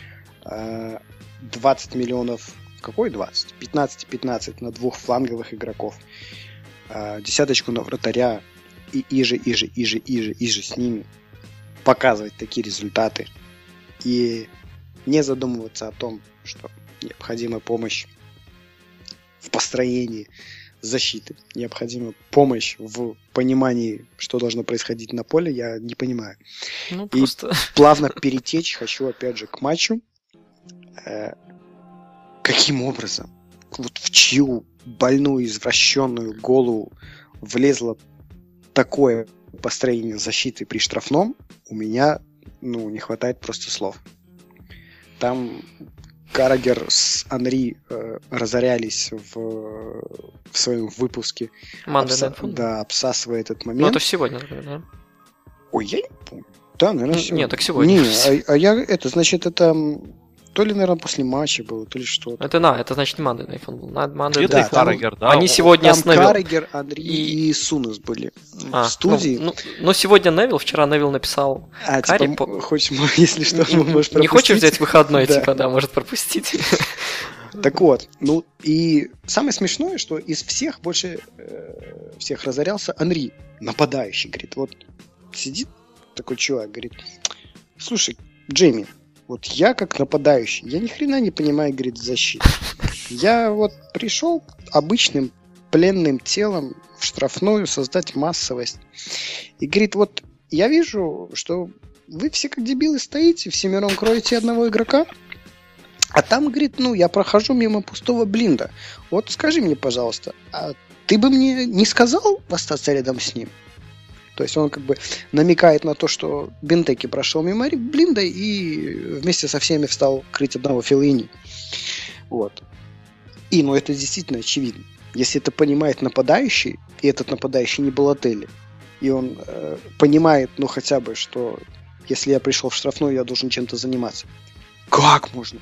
двадцать миллионов, какой двадцать? пятнадцать-пятнадцать на двух фланговых игроков, десяточку на вратаря, и иже, иже, иже, иже, иже с ними показывать такие результаты и не задумываться о том, что необходима помощь в построении защиты, необходима помощь в понимании, что должно происходить на поле, я не понимаю. Ну, просто... И плавно перетечь хочу, опять же, к матчу. Э, каким образом? Вот в чью больную, извращенную голову влезло такое построение защиты при штрафном, у меня, ну, не хватает просто слов. Там Каррагер с Анри э, разорялись в, в своем выпуске. Обса- да, обсасывая этот момент. Ну, это сегодня, да? Ой, я не помню. Да, наверное, сегодня. Нет, так сегодня. Не, а, а я, это, значит, это то ли, наверное, после матча было, то ли что-то. Это, на, это значит, не Monday Night Football был. Monday Да, Каррагер, да. Они сегодня там с Невилл. Каррагер, Анри и, и Сунес были а, в студии. Ну, ну, но сегодня Невилл, вчера Невилл написал а, Карри... Типа, по... хочешь, если что, можешь пропустить. Не хочешь взять выходной, да. типа, да, может пропустить. Так вот, ну и самое смешное, что из всех больше э, всех разорялся Анри, нападающий, говорит, вот сидит такой чувак, говорит, слушай, Джейми, вот я как нападающий, я ни хрена не понимаю, говорит, защиты. Я вот пришел обычным пленным телом в штрафную создать массовость. И говорит, вот я вижу, что вы все как дебилы стоите, всемиром кроете одного игрока, а там, говорит, ну, я прохожу мимо пустого блинда. Вот скажи мне, пожалуйста, а ты бы мне не сказал остаться рядом с ним? То есть он как бы намекает на то, что Бентеки прошел мимо блинда и вместе со всеми встал крыть одного Феллини. Вот. И, ну, это действительно очевидно. Если это понимает нападающий, и этот нападающий не Балотелли, и он э, понимает, ну, хотя бы, что если я пришел в штрафную, я должен чем-то заниматься. Как можно?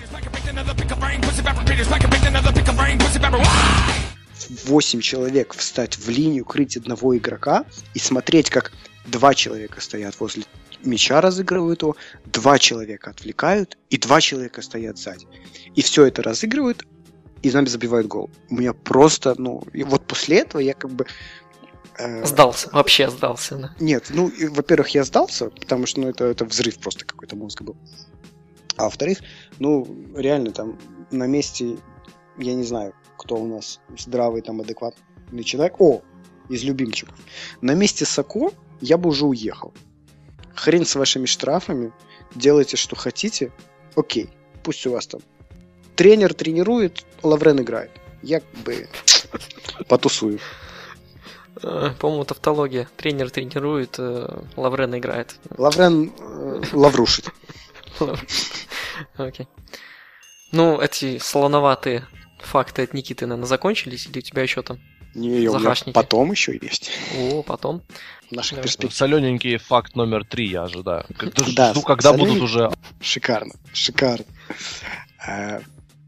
Восемь человек встать в линию, крыть одного игрока и смотреть, как два человека стоят возле мяча, разыгрывают его, два человека отвлекают, и два человека стоят сзади. И все это разыгрывают, и нами забивают гол. У меня просто, ну, и вот после этого я как бы... Э... Сдался, вообще сдался, да. Нет, ну, и, во-первых, я сдался, потому что, ну, это, это взрыв просто какой-то мозга был. А во-вторых, ну, реально там на месте, я не знаю, кто у нас здравый, там, адекватный человек. О, из любимчиков. На месте Сако я бы уже уехал. Хрен с вашими штрафами. Делайте, что хотите. Окей, пусть у вас там тренер тренирует, Лаврен играет. Я как бы потусую. По-моему, тавтология. Тренер тренирует, Лаврен играет. Лаврен э, лаврушит. Окей. Ну, эти слоноватые факты от Никиты, наверное, закончились? Или у тебя еще там не, загашники? Потом еще есть. О, потом. В наших перспективах. Солененький факт номер три, я ожидаю. Да, жду, когда будут уже... Шикарно, шикарно. А,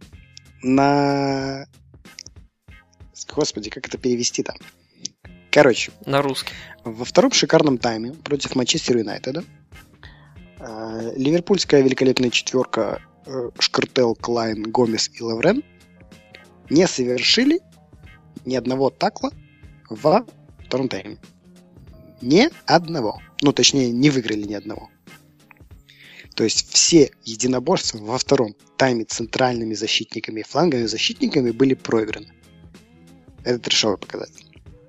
на... Господи, как это перевести-то? Короче. На русский. Во втором шикарном тайме против Манчестер Юнайтеда ливерпульская великолепная четверка Шкартел, Клайн, Гомес и Лаврен не совершили ни одного такла во втором тайме. Ни одного. Ну, точнее, не выиграли ни одного. То есть все единоборства во втором тайме центральными защитниками и фланговыми защитниками были проиграны. Это трешовый показатель.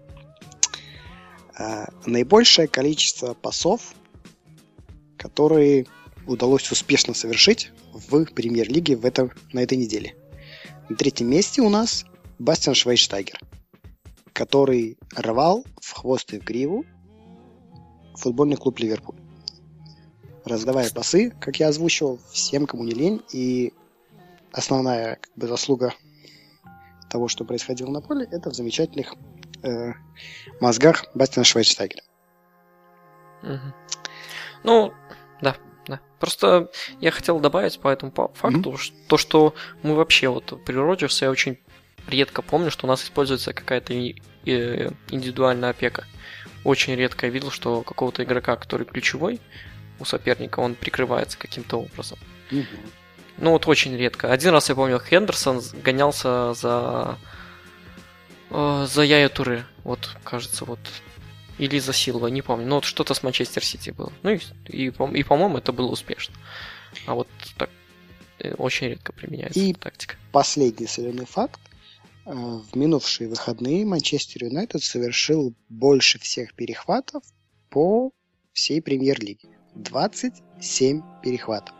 А, наибольшее количество пасов, которые удалось успешно совершить в премьер-лиге в этом, на этой неделе. На третьем месте у нас Бастиан Швайнштайгер, который рвал в хвост и в гриву футбольный клуб Ливерпуль, раздавая пасы, как я озвучивал, всем, кому не лень, и основная как бы заслуга того, что происходило на поле, это в замечательных э, мозгах Бастиана Швайнштайгера. Угу. Ну, да, да. Просто я хотел добавить по этому факту, mm-hmm. то, что мы вообще вот при Роджерсе я очень редко помню, что у нас используется какая-то индивидуальная опека. очень редко я видел, что какого-то игрока, который ключевой у соперника, он прикрывается каким-то образом. Мгм. Ну вот очень редко. Один раз я помню, Хендерсон гонялся за э, за Яя Туре. Вот, кажется, вот. Или за Силва, не помню. Ну вот что-то с Манчестер Сити было. Ну и, и, по- и, по-моему, это было успешно. А вот так э, очень редко применяется И- эта тактика. Последний соленый факт. Э, В минувшие выходные Манчестер Юнайтед совершил больше всех перехватов по всей премьер-лиге. двадцать семь перехватов.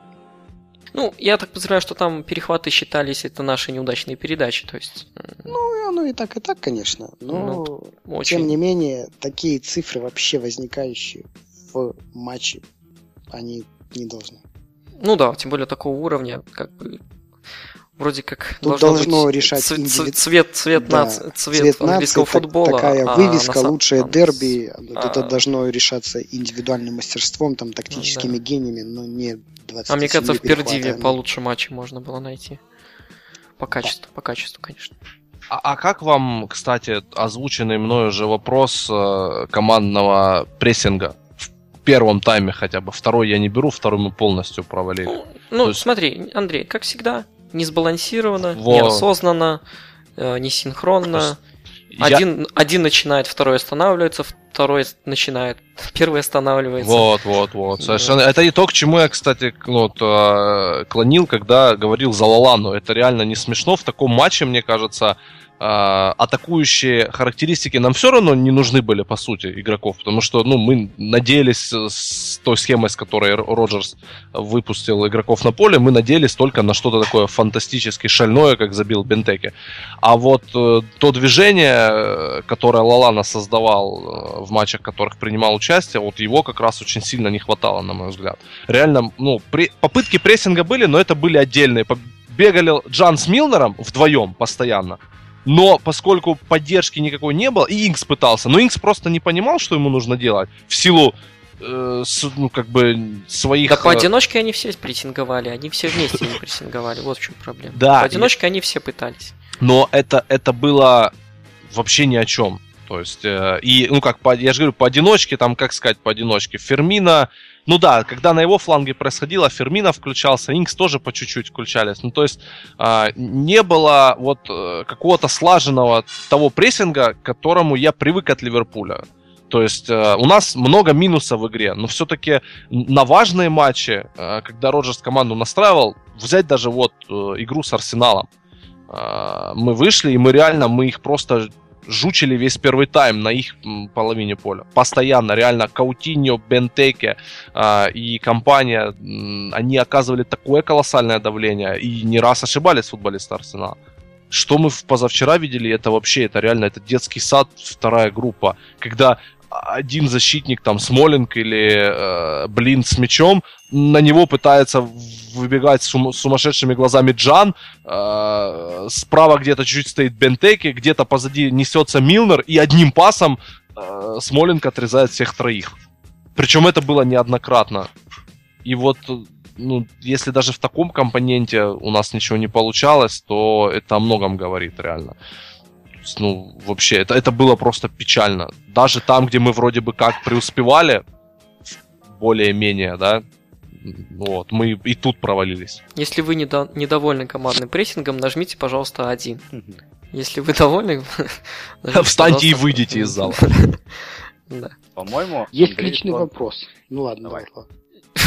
Ну, я так подозреваю, что там перехваты считались, это наши неудачные передачи, то есть м, Ну, оно и так, и так, конечно. Но, очень... тем не менее, такие цифры, вообще возникающие в матче, они не должны. Ну да, тем более такого уровня, как бы вроде как Тут должно, должно быть решать ц- ц- индиви- цвет, цвет, Да, нац- цвет, цвет нации, английского так- футбола. такая а вывеска, на са- лучшее там дерби. а- Это должно решаться индивидуальным мастерством, там, тактическими гениями, но не двадцать А мне кажется, в Пердиве перехватами. получше матчи можно было найти. По качеству, по качеству, конечно. А, а как вам, кстати, озвученный мною же вопрос э, командного прессинга? В первом тайме хотя бы. Второй я не беру, второй мы полностью провалили. Ну, ну, То есть- смотри, Андрей, как всегда, не сбалансировано, Во. неосознанно, э, несинхронно. Я- Один, один начинает, второй останавливается, второй начинает, первый останавливается. Вот, вот, вот. Да. Совершенно. Это и то, к чему я, кстати, к- ну, вот, э, клонил, когда говорил за Лалану. Это реально не смешно. В таком матче, мне кажется, э, атакующие характеристики нам все равно не нужны были, по сути, игроков. Потому что, ну, мы надеялись э, с той схемой, с которой Р- Роджерс выпустил игроков на поле, мы надеялись только на что-то такое фантастически шальное, как забил Бентеке. А вот э, то движение, э, которое Лалана создавал э, в матчах, в которых принимал участие, вот его как раз очень сильно не хватало, на мой взгляд. Реально, ну, при- попытки прессинга были, но это были отдельные. По- Бегали Джан с Милнером вдвоем постоянно. Но поскольку поддержки никакой не было, и Инкс пытался, но Инкс просто не понимал, что ему нужно делать, в силу э, с- ну, как бы своих... Да э, поодиночке они все прессинговали, они все вместе не прессинговали, вот в чем проблема. Да, Поодиночке они все пытались. Но это, это было вообще ни о чем. То есть, э, и, ну как, по, я же говорю, поодиночке, там, как сказать, поодиночке. Фермина, ну да, когда на его фланге происходило, Фермина включался, Инкс тоже по чуть-чуть включались. Ну, то есть, э, не было вот э, какого-то слаженного того прессинга, к которому я привык от Ливерпуля. То есть, э, у нас много минусов в игре, но все-таки на важные матчи, э, когда Роджерс команду настраивал, взять даже вот э, игру с Арсеналом. Uh, мы вышли, и мы реально, мы их просто жучили весь первый тайм на их м, половине поля. Постоянно, реально, Каутиньо, Бентеке uh, и компания, м, они оказывали такое колоссальное давление, и не раз ошибались футболисты Арсенала. Что мы в- позавчера видели, это вообще, это реально, это детский сад, вторая группа, когда один защитник, там, Смолинг или э, Блин с мячом, на него пытается выбегать с сум- сумасшедшими глазами Джан, э, справа где-то чуть-чуть стоит Бентеке, где-то позади несется Милнер, и одним пасом э, Смолинг отрезает всех троих. Причем это было неоднократно. И вот, ну, если даже в таком компоненте у нас ничего не получалось, то это о многом говорит реально. Ну, вообще, это, это было просто печально. Даже там, где мы вроде бы как преуспевали, более-менее, да, вот, мы и тут провалились. Если вы недо- недовольны командным прессингом, нажмите, пожалуйста, один. Если вы довольны, нажмите, Встаньте и пожалуйста, выйдите из зала. Да. По-моему, Есть Андрей личный тон- вопрос. Ну ладно, Давай. давай. ладно.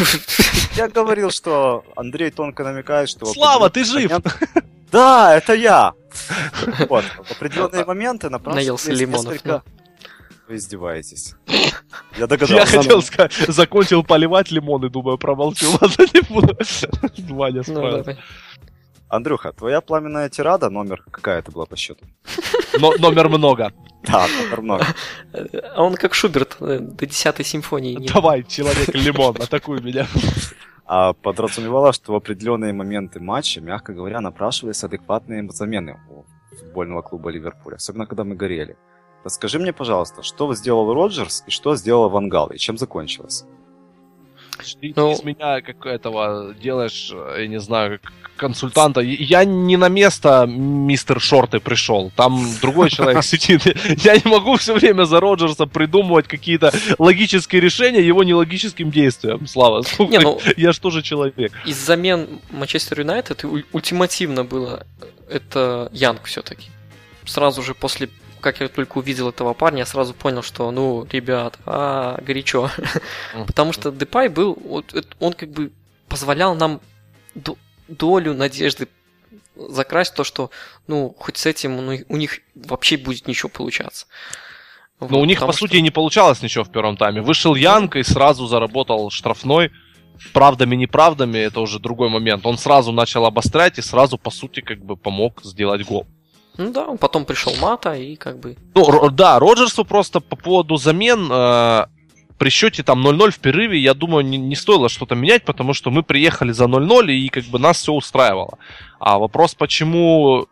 Я говорил, что Андрей тонко намекает, что... в Слава, определенный ты жив! момент- Да, это я! Вот, в определенные моменты Наелся напрашивались лимонов, несколько... Вы издеваетесь. Я Я догадался. хотел сказать, закончил поливать лимон и думаю, промолчу, ладно, не буду. Ваня Ну, справился. давай. Андрюха, твоя пламенная тирада, номер какая это была по счету? Но номер много. Да, номер много. А он как Шуберт, э, до десятой симфонии. не- Давай, человек-лимон, атакуй меня. А подразумевала, что в определенные моменты матча, мягко говоря, напрашивались адекватные замены у футбольного клуба Ливерпуля, особенно когда мы горели. Расскажи мне, пожалуйста, что сделал Роджерс и что сделал Ван Гал, и чем закончилось? Ты, Ну- ты из меня как этого делаешь, я не знаю, как консультанта. Я не на место мистер Шорты пришел. Там другой человек сидит. Я не могу все время за Роджерса придумывать какие-то логические решения его нелогическим действиям. Слава, Не, ну, я ж тоже человек. из замен Манчестер Юнайтед и уль- ультимативно было это Янг все-таки. Сразу же после, как я только увидел этого парня, я сразу понял, что, ну, ребят, а, горячо. Потому что Депай был, вот, это- он как бы позволял нам до- долю надежды закрасть то, что, ну, хоть с этим ну, у них вообще будет ничего получаться. Но Вот, у них, потому по что- сути, и не получалось ничего в первом тайме. Вышел Янг и сразу заработал штрафной. Правдами-неправдами, это уже другой момент. Он сразу начал обострять и сразу, по сути, как бы помог сделать гол. Ну да, потом пришел Мата и как бы... Ну, Ро- да, Роджерсу просто по поводу замен э, при счете там ноль-ноль в перерыве, я думаю, не, не стоило что-то менять, потому что мы приехали за ноль-ноль и как бы нас все устраивало. А вопрос, почему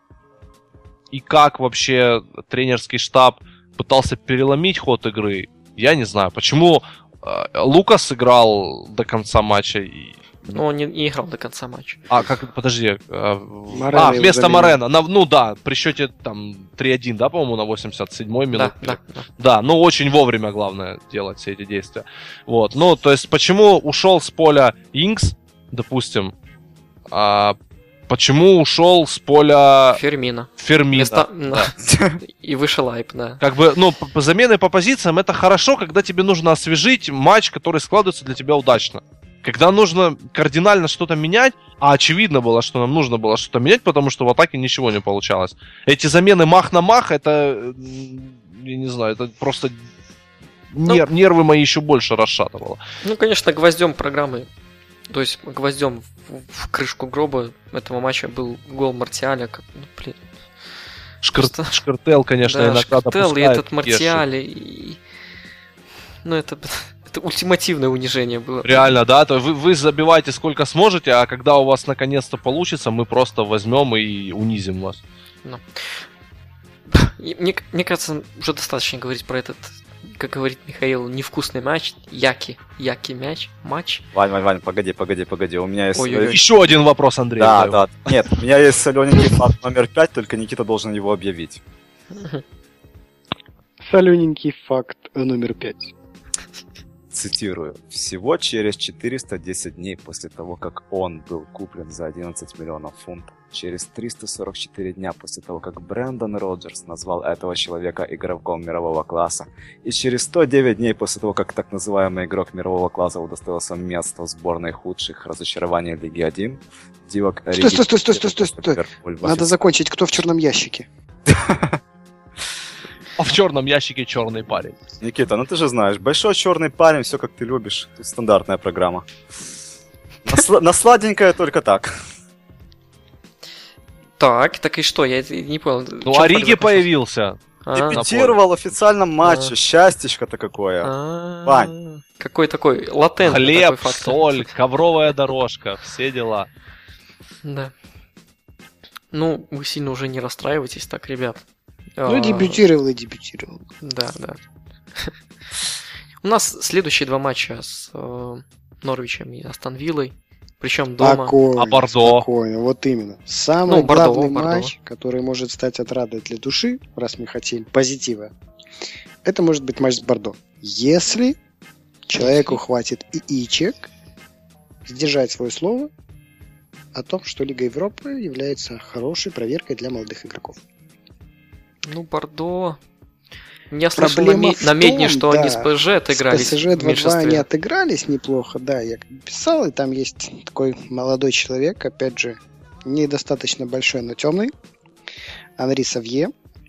и как вообще тренерский штаб пытался переломить ход игры, я не знаю. Почему э, Лукас играл до конца матча и... Ну, он не, не играл до конца матча. А, как, подожди. э, в- Морено а, его вместо заменил. Морено. На- ну да, при счете там три-один, да, по-моему, на восемьдесят седьмой Да, минуте. да, да. Да, ну очень вовремя, главное, делать все эти действия. Вот, ну, то есть, почему ушел с поля Инкс, допустим, а почему ушел с поля Фермина. Фермина? Вместо- Да. И вышел Айп, да. Как бы, ну, п- п- замены по позициям это хорошо, когда тебе нужно освежить матч, который складывается для тебя удачно. Когда нужно кардинально что-то менять, а очевидно было, что нам нужно было что-то менять, потому что в атаке ничего не получалось. Эти замены мах на мах, это, м, я не знаю, это просто нер- нервы мои еще больше расшатывало. Ну, конечно, гвоздем программы, то есть гвоздем в, в крышку гроба этого матча был гол Мартиаля. Как, ну, блин. Шкар- Просто- Шкартел, конечно, да, иногда Шкартел и допускает этот Мартиаль. И... Ну, это, это ультимативное унижение было. Реально, да, то вы, вы забиваете сколько сможете, а когда у вас наконец-то получится, мы просто возьмем и унизим вас. И Мне, мне кажется, уже достаточно говорить про этот, как говорит Михаил, невкусный матч. Яки. Яки мяч. Матч. Вань, Вань, Вань, погоди, погоди, погоди. У меня есть... Ой-ой-ой. Еще один вопрос, Андрей. Да, давай. да. Нет, у меня есть солененький факт номер пять, только Никита должен его объявить. Солененький факт номер пять. Цитирую. Всего через четыреста десять дней после того, как он был куплен за одиннадцать миллионов фунтов, через триста сорок четыре дня после того, как Брэндон Роджерс назвал этого человека игроком мирового класса, и через сто девять дней после того, как так называемый игрок мирового класса удостоился места в сборной худших разочарований Лиги один, Дивак Стой, стой, стой, стой, стой, стой, стой. Надо закончить, кто в черном ящике. А в черном ящике черный парень. Никита, ну ты же знаешь, большой черный парень, все как ты любишь. Тут стандартная программа. На, сла- на сладенькое только так. Так, так и что? Я это не понял. Ну, Чё Ориги произошло? появился. А, Дебютировал в официальном матче. А. Счастьечко-то какое. а, Вань. Какой такой латентный такой Хлеб, факт. соль, ковровая дорожка, все дела. Да. Ну, вы сильно уже не расстраивайтесь так, ребят. Ну, А, дебютировал и дебютировал. Да, да. У нас следующие два матча с э, Норвичем и Астон Виллой. Причем дома. Спокойно, А Бордо? спокойно, вот именно. Самый Ну, Бордо, главный Бордо. матч, который может стать отрадой для души, раз мы хотим позитива, это может быть матч с Бордо. Если человеку хватит яичек сдержать свое слово о том, что Лига Европы является хорошей проверкой для молодых игроков. Ну, Бордо... Я слышал Проблема наме- в намедни, том, что да, они с ПСЖ отыгрались С ПСЖ в два-два меньшинстве. они отыгрались неплохо, да, я как бы писал, и там есть такой молодой человек, опять же, недостаточно большой, но темный, Анри Савье,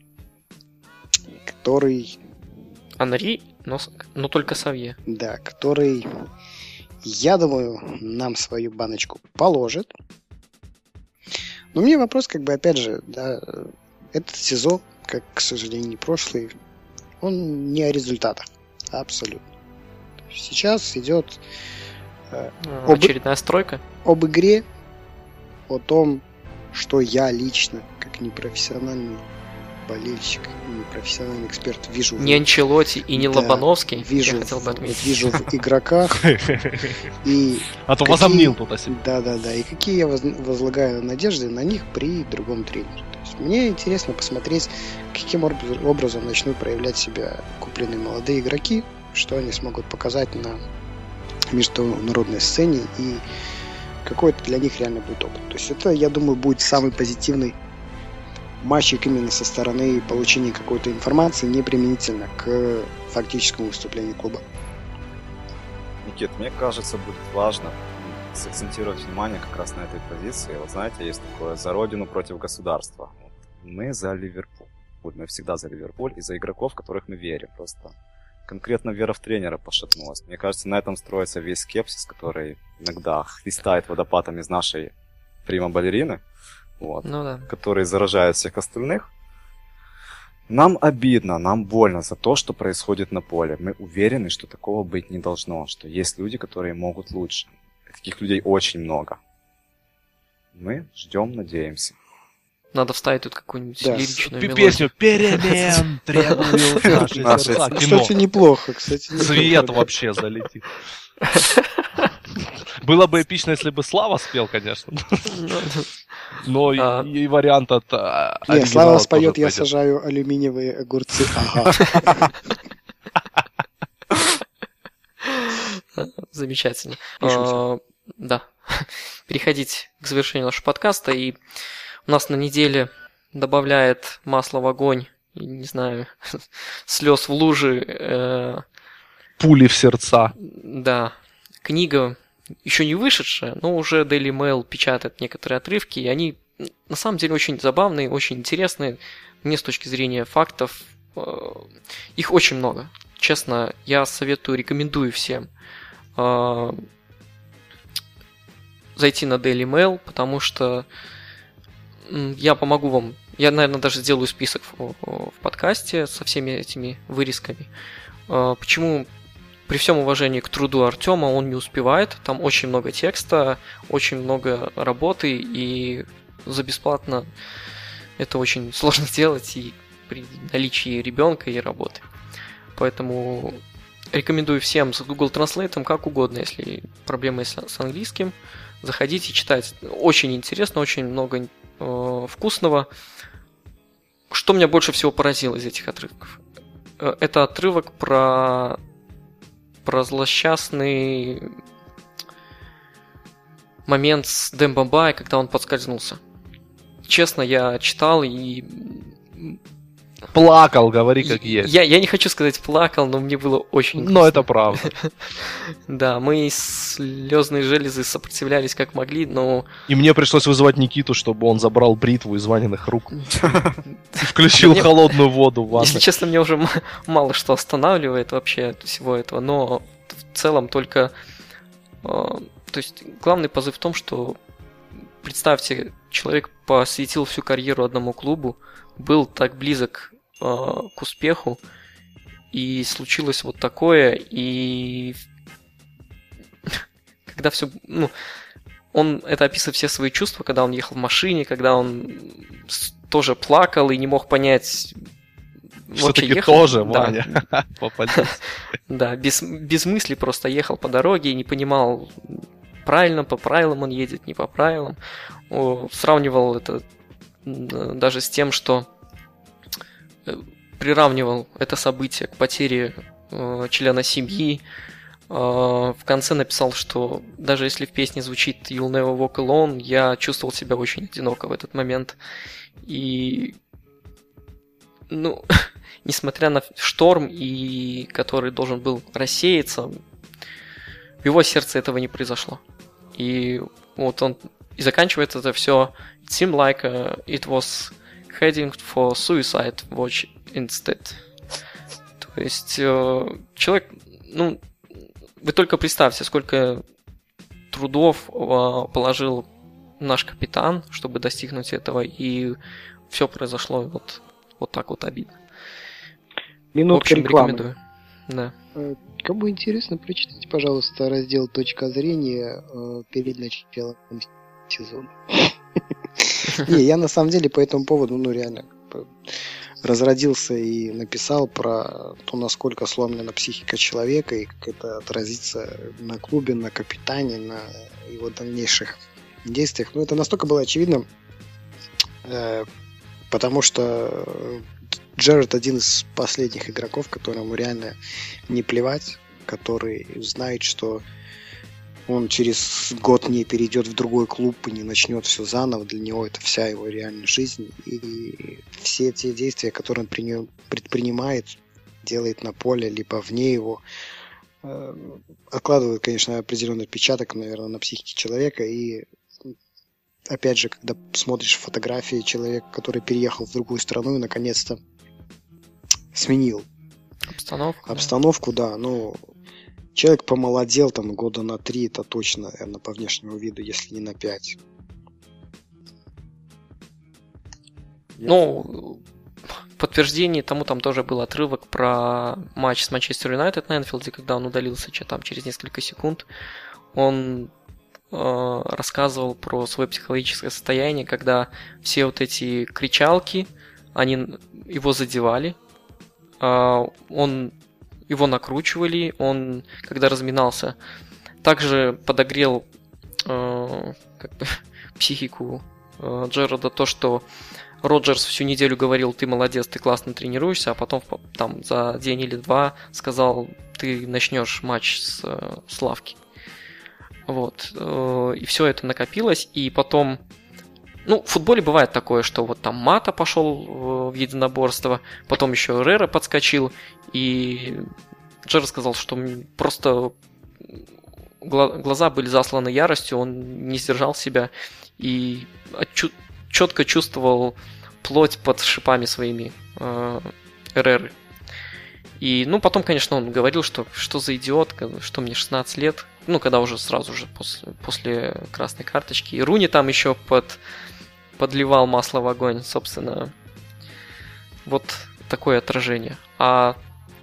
который, Анри, но, с- но только Савье. да, который, я думаю, нам свою баночку положит. Но мне вопрос, как бы, опять же, да, этот сезон, как, к сожалению, не прошлый, он не о результатах, абсолютно. Сейчас идет А, Об- Очередная стройка. об игре, о том, что я лично, как непрофессиональный болельщик и профессиональный эксперт вижу... Не Анчелотти и не да, Лобановский, вижу, я хотел бы отметить. Вижу в игроках. И а то какие... возомнил тут о себе. Да-да-да, и какие я возлагаю надежды на них при другом тренере. То есть мне интересно посмотреть, каким образом начнут проявлять себя купленные молодые игроки, что они смогут показать на международной сцене и какой это для них реально будет опыт. То есть это, я думаю, будет самый позитивный матчик именно со стороны получения какой-то информации, не применительно к фактическому выступлению клуба. Никит, мне кажется, будет важно сакцентировать внимание как раз на этой позиции. Вот знаете, есть такое «за родину против государства». Мы за Ливерпуль. Мы всегда за Ливерпуль и за игроков, в которых мы верим. Просто конкретно вера в тренера пошатнулась. Мне кажется, на этом строится весь скепсис, который иногда хлестает водопадом из нашей прима-балерины, вот, ну, да. который заражает всех остальных. Нам обидно, нам больно за то, что происходит на поле. Мы уверены, что такого быть не должно, что есть люди, которые могут лучше. Таких людей очень много. Мы ждем, надеемся. Надо вставить тут какую-нибудь да. лиричную мелодию. Песню «Перемен требуют наши сердца». Кстати, неплохо. Кстати, неплохо. Цвет вообще залетит. Было бы эпично, если бы Слава спел, конечно. Но А. и, и вариант от... Не, Слава споет, я сажаю алюминиевые огурцы. Ага. Замечательно. А, да. Переходить к завершению нашего подкаста. И у нас на неделе добавляет масло в огонь, не знаю, слез в лужи. Э, Пули в сердца. Да. Книга еще не вышедшая, но уже Daily Mail печатает некоторые отрывки, и они на самом деле очень забавные, очень интересные. Мне с точки зрения фактов э, их очень много. Честно, я советую, рекомендую всем э, зайти на Daily Mail, потому что я помогу вам. Я, наверное, даже сделаю список в, в подкасте со всеми этими вырезками. Э, почему? При всем уважении к труду Артема он не успевает. Там очень много текста, очень много работы, и за бесплатно это очень сложно сделать и при наличии ребенка и работы. Поэтому рекомендую всем с Google Translate как угодно, если проблемы с английским. Заходите, читать. Очень интересно, очень много э, вкусного. Что меня больше всего поразило из этих отрывков? Это отрывок про... про злосчастный момент с Дембо Бай, когда он подскользнулся. Честно, я читал и... Плакал, говори как есть. Я, я не хочу сказать плакал, но мне было очень грустно. Но это правда. Да, мы слезные железы сопротивлялись как могли, но... И мне пришлось вызывать Никиту, чтобы он забрал бритву из Ваниных рук. Включил холодную воду в ванну. Если честно, мне уже мало что останавливает вообще от всего этого, но в целом только... То есть главный позыв в том, что представьте, человек посвятил всю карьеру одному клубу, был так близок э, к успеху, и случилось вот такое, и когда все, ну, он это описывает все свои чувства, когда он ехал в машине, когда он тоже плакал и не мог понять, все-таки ехал, тоже, да, Ваня, попадись. Да, без, без мысли просто ехал по дороге и не понимал, правильно, по правилам он едет, не по правилам. О, сравнивал это даже с тем, что приравнивал это событие к потере э, члена семьи. Э, в конце написал, что даже если в песне звучит You'll Never Walk Alone, я чувствовал себя очень одиноко в этот момент. И, ну, несмотря на шторм, и который должен был рассеяться, в его сердце этого не произошло. И вот он и заканчивает это все. It seemed like uh, it was heading for suicide watch instead. То есть э, человек, ну, вы только представьте, сколько трудов э, положил наш капитан, чтобы достигнуть этого, и все произошло вот, вот так вот обидно. Минутка В общем, рекламы. рекомендую. Да. Кому интересно, прочитайте, пожалуйста, раздел «Точка зрения» э, перед началом сезона. Не, я на самом деле по этому поводу, ну реально, разродился и написал про то, насколько сломлена психика человека и как это отразится на клубе, на капитане, на его дальнейших действиях. Ну, это настолько было очевидно, э, потому что Джерард один из последних игроков, которому реально не плевать, который знает, что он через год не перейдет в другой клуб и не начнет все заново. Для него это вся его реальная жизнь. И все те действия, которые он предпринимает, делает на поле, либо вне его, откладывают, конечно, определенный отпечаток, наверное, на психике человека. И опять же, когда смотришь фотографии человека, который переехал в другую страну и наконец-то сменил обстановку, обстановку, да, да ну... Человек помолодел там года на три, это точно, наверное, по внешнему виду, если не на пять. Ну, в подтверждение тому там тоже был отрывок про матч с Манчестер Юнайтед на Энфилде, когда он удалился что там через несколько секунд. Он э, рассказывал про свое психологическое состояние, когда все вот эти кричалки, они его задевали. Э, он... Его накручивали, он, когда разминался, также подогрел э, как бы, психику э, Джерарда то, что Роджерс всю неделю говорил: ты молодец, ты классно тренируешься, а потом там, за день или два сказал: ты начнешь матч с, с лавки. Вот. Э, и все это накопилось, и потом... Ну, в футболе бывает такое, что вот там Мата пошел в единоборство, потом еще Эррера подскочил, и Джерард сказал, что просто глаза были засланы яростью, он не сдержал себя и четко чувствовал плоть под шипами своими Эрреры. И, ну, потом, конечно, он говорил, что что за идиот, что мне шестнадцать лет, ну, когда уже сразу же после, после красной карточки. И Руни там еще под... подливал масло в огонь, собственно. Вот такое отражение. А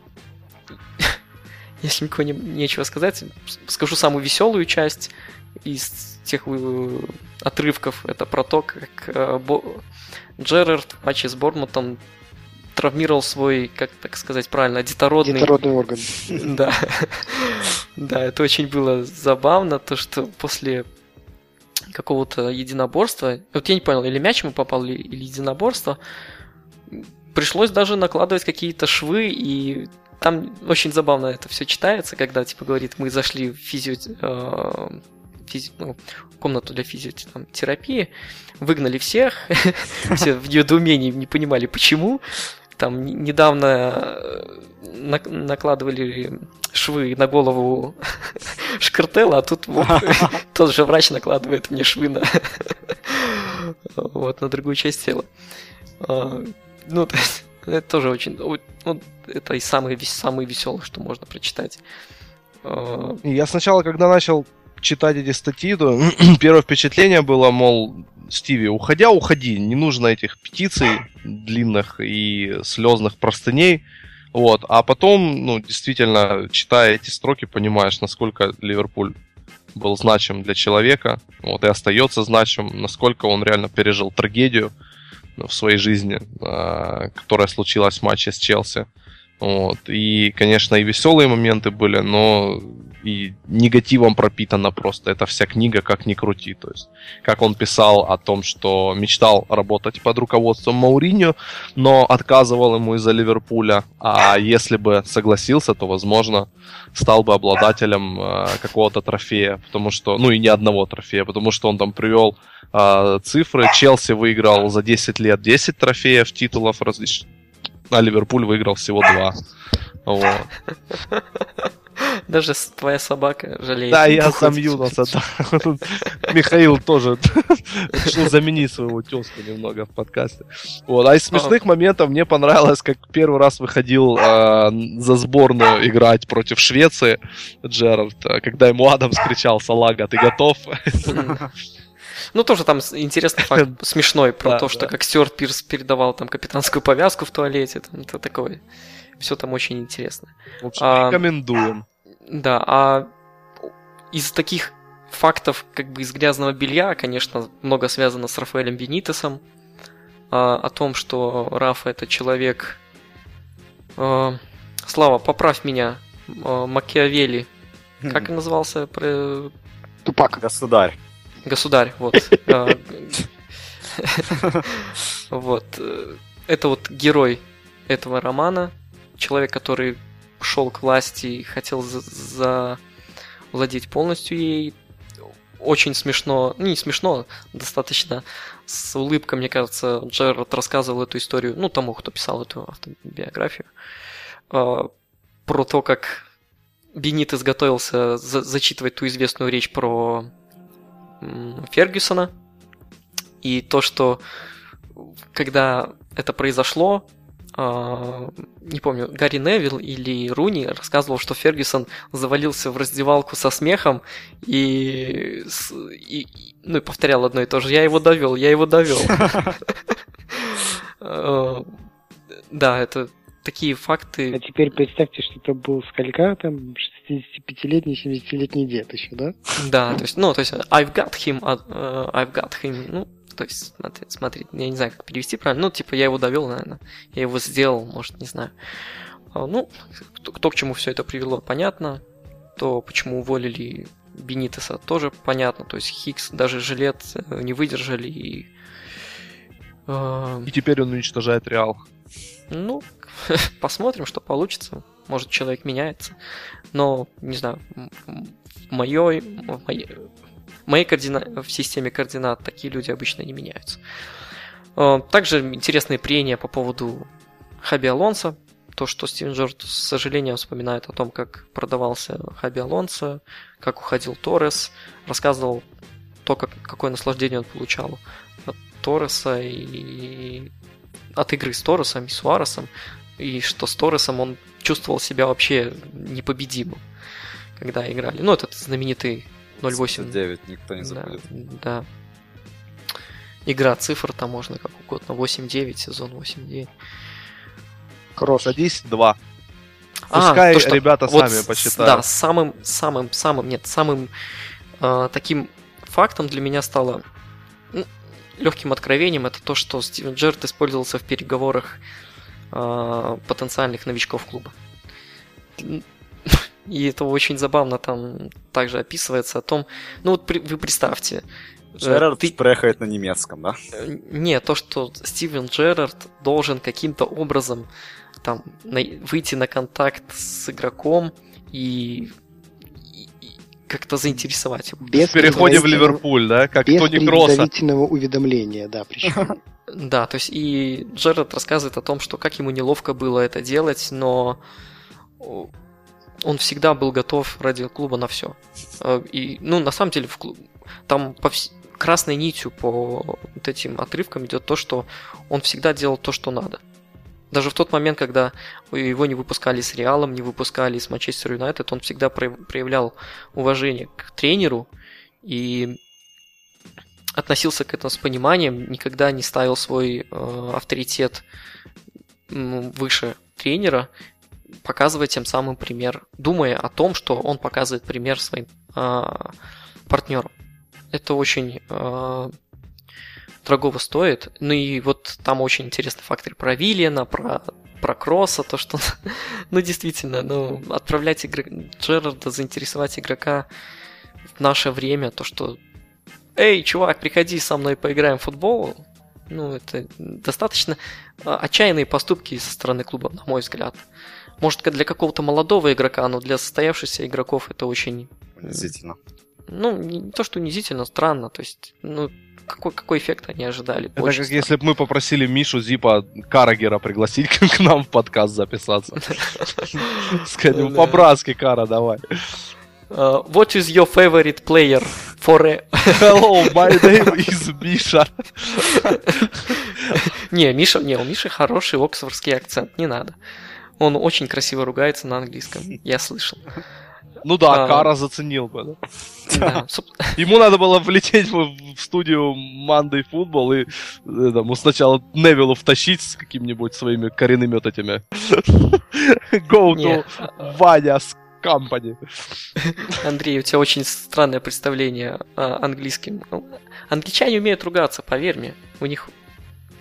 если никого не, нечего сказать, скажу самую веселую часть из тех отрывков. Это про то, как э, Бо... Джерард в матче с Борнмутом травмировал свой, как так сказать правильно, детородный... Детородный орган. Да. Да, это очень было забавно, то, что после какого-то единоборства, вот я не понял, или мяч ему попал, или, или единоборство, пришлось даже накладывать какие-то швы, и там очень забавно это все читается, когда, типа, говорит, мы зашли в физио... Э, физи... ну, комнату для физиотерапии, выгнали всех, все в недоумении не понимали, почему. Там недавно накладывали швы на голову Шкартелла, а тут вот, тот же врач накладывает мне швы на, вот, на другую часть тела. Ну, то есть, это тоже очень... Ну, это и самое, самое веселое, что можно прочитать. Я сначала, когда начал читать эти статьи, то первое впечатление было, мол, Стиви, уходя, уходи, не нужно этих петиций длинных и слезных простыней, вот, а потом, ну, действительно, читая эти строки, понимаешь, насколько Ливерпуль был значим для человека, вот, и остается значим, насколько он реально пережил трагедию в своей жизни, которая случилась в матче с Челси, вот, и, конечно, и веселые моменты были, но и негативом пропитана просто эта вся книга, как ни крути. То есть, как он писал о том, что мечтал работать под руководством Мауриньо, но отказывал ему из-за Ливерпуля. А если бы согласился, то, возможно, стал бы обладателем э, какого-то трофея. Потому что, ну и не одного трофея, потому что он там привел э, цифры. Челси выиграл за десять лет десять трофеев, титулов различных, а Ливерпуль выиграл всего два. Вот. Даже твоя собака жалеет. Да, я сам юноса, да. Михаил тоже решил заменить своего тезку немного в подкасте. Вот. А из смешных моментов мне понравилось, как первый раз выходил э, за сборную играть против Швеции Джерард, когда ему Адамс кричал: «Салага, ты готов?» Ну, тоже там интересный факт, смешной, про да, то, что да. как Стюарт Пирс передавал там капитанскую повязку в туалете, там, это такое. Все там очень интересно. В общем, а, рекомендуем. Да, а из таких фактов, как бы из грязного белья, конечно, много связано с Рафаэлем Бенитесом. а, о том, что Рафа это человек... А, Слава, поправь меня. А, Макиавелли. Как он назывался? Про... Тупак. Государь. Государь, вот. А, вот. Это вот герой этого романа. Человек, который шел к власти и хотел завладеть полностью ей. Очень смешно, ну не смешно, достаточно с улыбкой, мне кажется, Джерард рассказывал эту историю, ну тому, кто писал эту автобиографию, про то, как Бенитес готовился за- зачитывать ту известную речь про м, Фергюсона, и то, что когда это произошло, э, не помню, Гарри Невилл или Руни рассказывал, что Фергюсон завалился в раздевалку со смехом и, и, ну, и повторял одно и то же: «Я его довел, я его довел». Да, это такие факты. А теперь представьте, что это был сколька, там, шестидесятипятилетний, семидесятилетний дед еще, да? Да, то есть, ну, то есть, I've got him, uh, I've got him, ну, то есть, смотри, смотри, я не знаю, как перевести правильно, ну, типа, я его довел, наверное, я его сделал, может, не знаю. Ну, кто, кто к чему все это привело, понятно, то, почему уволили Бенитеса, тоже понятно, то есть, Хикс, даже Жилет не выдержали, и... И теперь он уничтожает Реал. Ну, посмотрим, что получится. Может, человек меняется. Но, не знаю, в моей, в моей, в моей координа... в системе координат такие люди обычно не меняются. Также интересные прения по поводу Хаби Алонсо. То, что Стивен Джерард с сожалением вспоминает о том, как продавался Хаби Алонсо, как уходил Торрес. Рассказывал то, как, какое наслаждение он получал от Торреса и от игры с Торресом и Суаресом, и что с Торресом он чувствовал себя вообще непобедимым, когда играли. Ну, этот знаменитый ноль восемь девять, никто не забудет. Да, да. Игра цифр там можно как угодно. восемь девять, сезон восемь девять. Кросс. Садись, два. А, Пускай то, что ребята вот сами с- посчитают. Да, самым, самым, самым, нет, самым э, таким фактом для меня стало ну, легким откровением, это то, что Стивен Джерард использовался в переговорах э, потенциальных новичков клуба. И это очень забавно там также описывается о том, ну вот при- вы представьте, Джерард ты- спрехает на немецком, да? Э, Не, то, что Стивен Джерард должен каким-то образом там на- выйти на контакт с игроком и, и- и как-то заинтересовать его. Без В переходе в предварительного- Ливерпуль, да, как Без Тони Кросса. предварительного уведомления, да, причем. Да, то есть и Джерард рассказывает о том, что как ему неловко было это делать, но о, он всегда был готов ради клуба на все. И, ну, на самом деле, в клуб... там по вс... красной нитью по вот этим отрывкам идет то, что он всегда делал то, что надо. Даже в тот момент, когда его не выпускали с Реалом, не выпускали с Манчестер Юнайтед, он всегда проявлял уважение к тренеру и относился к этому с пониманием, никогда не ставил свой э, авторитет м, выше тренера, показывая тем самым пример, думая о том, что он показывает пример своим э, партнерам. Это очень э, дорогого стоит. Ну и вот там очень интересный фактор про Виллиана, про, про Кросса, то, что, ну, действительно, ну, отправлять игрок... Джерарда, заинтересовать игрока в наше время, то, что «Эй, чувак, приходи со мной поиграем в футбол», ну, это достаточно отчаянные поступки со стороны клуба, на мой взгляд. Может, для какого-то молодого игрока, но для состоявшихся игроков это очень... Унизительно. Ну, не то, что унизительно, странно. То есть, ну, какой, какой эффект они ожидали? Это Очень как странно. если бы мы попросили Мишу Зипа Карагера пригласить к нам в подкаст записаться. Скажем, по-братски, Кара, давай. Uh, what is your favorite player for a... Hello, my name is Миша. Не, Миша, не, у Миши хороший оксфордский акцент, не надо. Он очень красиво ругается на английском, я слышал. Ну да, А. Кара заценил бы. да. Да, соб- Ему надо было влететь в в студию Monday Football и э, там, сначала Невиллу втащить с какими-нибудь своими коренными вот этими Go Не. to Ваня's Company. Андрей, у тебя очень странное представление о английском. Ну, англичане умеют ругаться, поверь мне. У них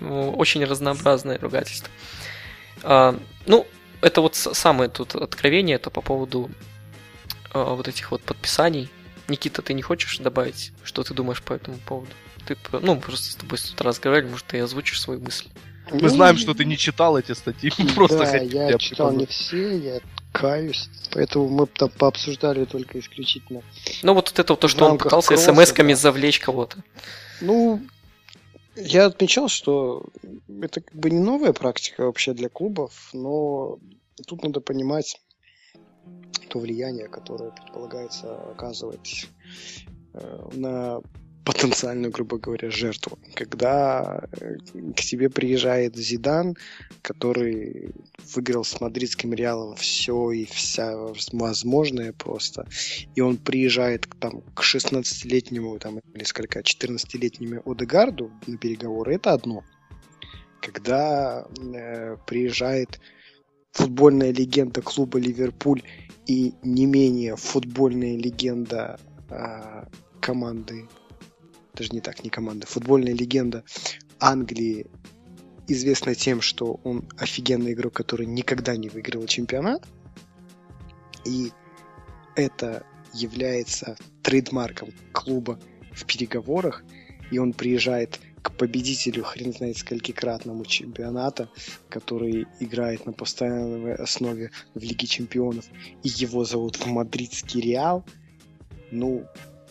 Очень разнообразное ругательство. А, ну, это вот самое тут откровение, это по поводу а, вот этих вот подписаний. Никита, ты не хочешь добавить, что ты думаешь по этому поводу? Ты, ну, просто с тобой с утра разговаривали, может, ты озвучишь свои мысли. Мы знаем, что ты не читал эти статьи, просто да, хотел я тебя читал не припомнить. все, я каюсь, поэтому мы там пообсуждали только исключительно. Ну, вот это вот то, В что он рамках пытался кросса, смс-ками да. завлечь кого-то. Ну, я отмечал, что это как бы не новая практика вообще для клубов, но тут надо понимать то влияние, которое предполагается оказывать э, на потенциальную, грубо говоря, жертву. Когда э, к тебе приезжает Зидан, который выиграл с мадридским Реалом все и вся возможное просто, и он приезжает к, там, к шестнадцатилетнему там, или сколько, четырнадцатилетнему Одегарду на переговоры, это одно. Когда э, приезжает футбольная легенда клуба Ливерпуль и не менее футбольная легенда э, команды, даже не так, не команды, футбольная легенда Англии, известна тем, что он офигенный игрок, который никогда не выиграл чемпионат, и это является трейдмарком клуба в переговорах, и он приезжает к победителю хрен знает сколькикратному чемпионата, который играет на постоянной основе в Лиге Чемпионов, и его зовут в мадридский Реал, ну,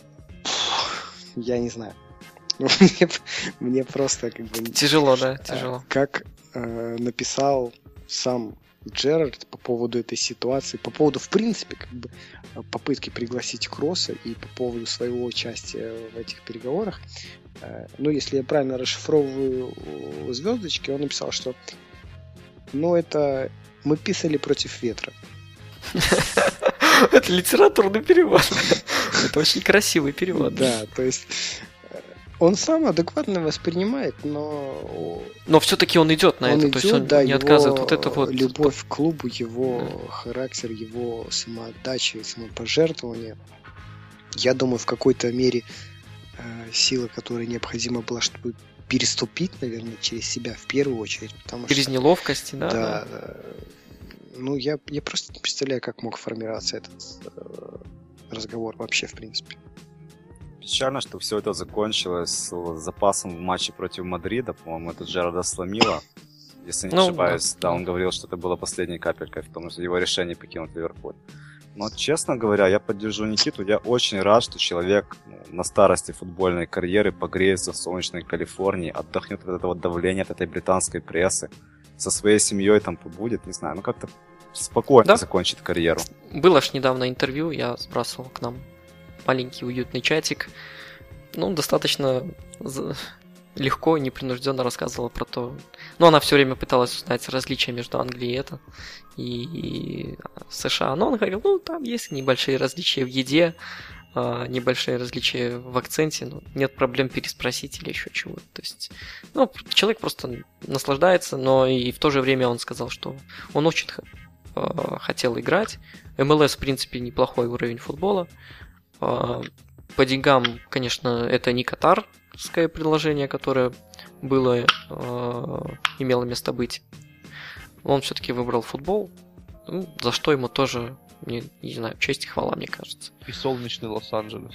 я не знаю. мне, мне просто как бы... Тяжело, да, тяжело. Как э, написал сам Джерард по поводу этой ситуации, по поводу, в принципе, как бы попытки пригласить Кросса и по поводу своего участия в этих переговорах. Э, ну, если я правильно расшифровываю звездочки, он написал, что ну, это мы писали против ветра. Это литературный перевод. Это очень красивый перевод. Да, то есть он сам адекватно воспринимает, но... Но все-таки он идет на он это, идет, то есть он да, не его отказывает. Вот это вот... любовь к клубу, его да. характер, его самоотдача и самопожертвование. Я думаю, в какой-то мере э, сила, которая необходима была, чтобы переступить, наверное, через себя в первую очередь. Потому через что, неловкости, да? Да. да. Ну, я, я просто не представляю, как мог формироваться этот э, разговор вообще, в принципе. Печально, что все это закончилось с запасом в матче против Мадрида. По-моему, это Джерарда сломило. Если не ну, ошибаюсь, да, да, он говорил, что это было последней капелькой в том, что его решение покинуть Ливерпуль. Но, честно говоря, я поддержу Никиту. Я очень рад, что человек ну, на старости футбольной карьеры погреется в солнечной Калифорнии, отдохнет от этого давления, от этой британской прессы, со своей семьей там побудет, не знаю, ну как-то спокойно да? закончит карьеру. Было ж недавно интервью, я сбрасывал к нам маленький уютный чатик. Ну, достаточно легко и непринужденно рассказывала про то... Ну, она все время пыталась узнать различия между Англией и, это, и, и США. Но он говорил, ну, там есть небольшие различия в еде, небольшие различия в акценте, но нет проблем переспросить или еще чего-то. То есть, ну, человек просто наслаждается, но и в то же время он сказал, что он очень хотел играть. эм эл эс, в принципе, неплохой уровень футбола. По деньгам, конечно, это не катарское предложение, которое было, имело место быть. Он все-таки выбрал футбол, ну, за что ему тоже, не, не знаю, честь и хвала, мне кажется. И солнечный Лос-Анджелес.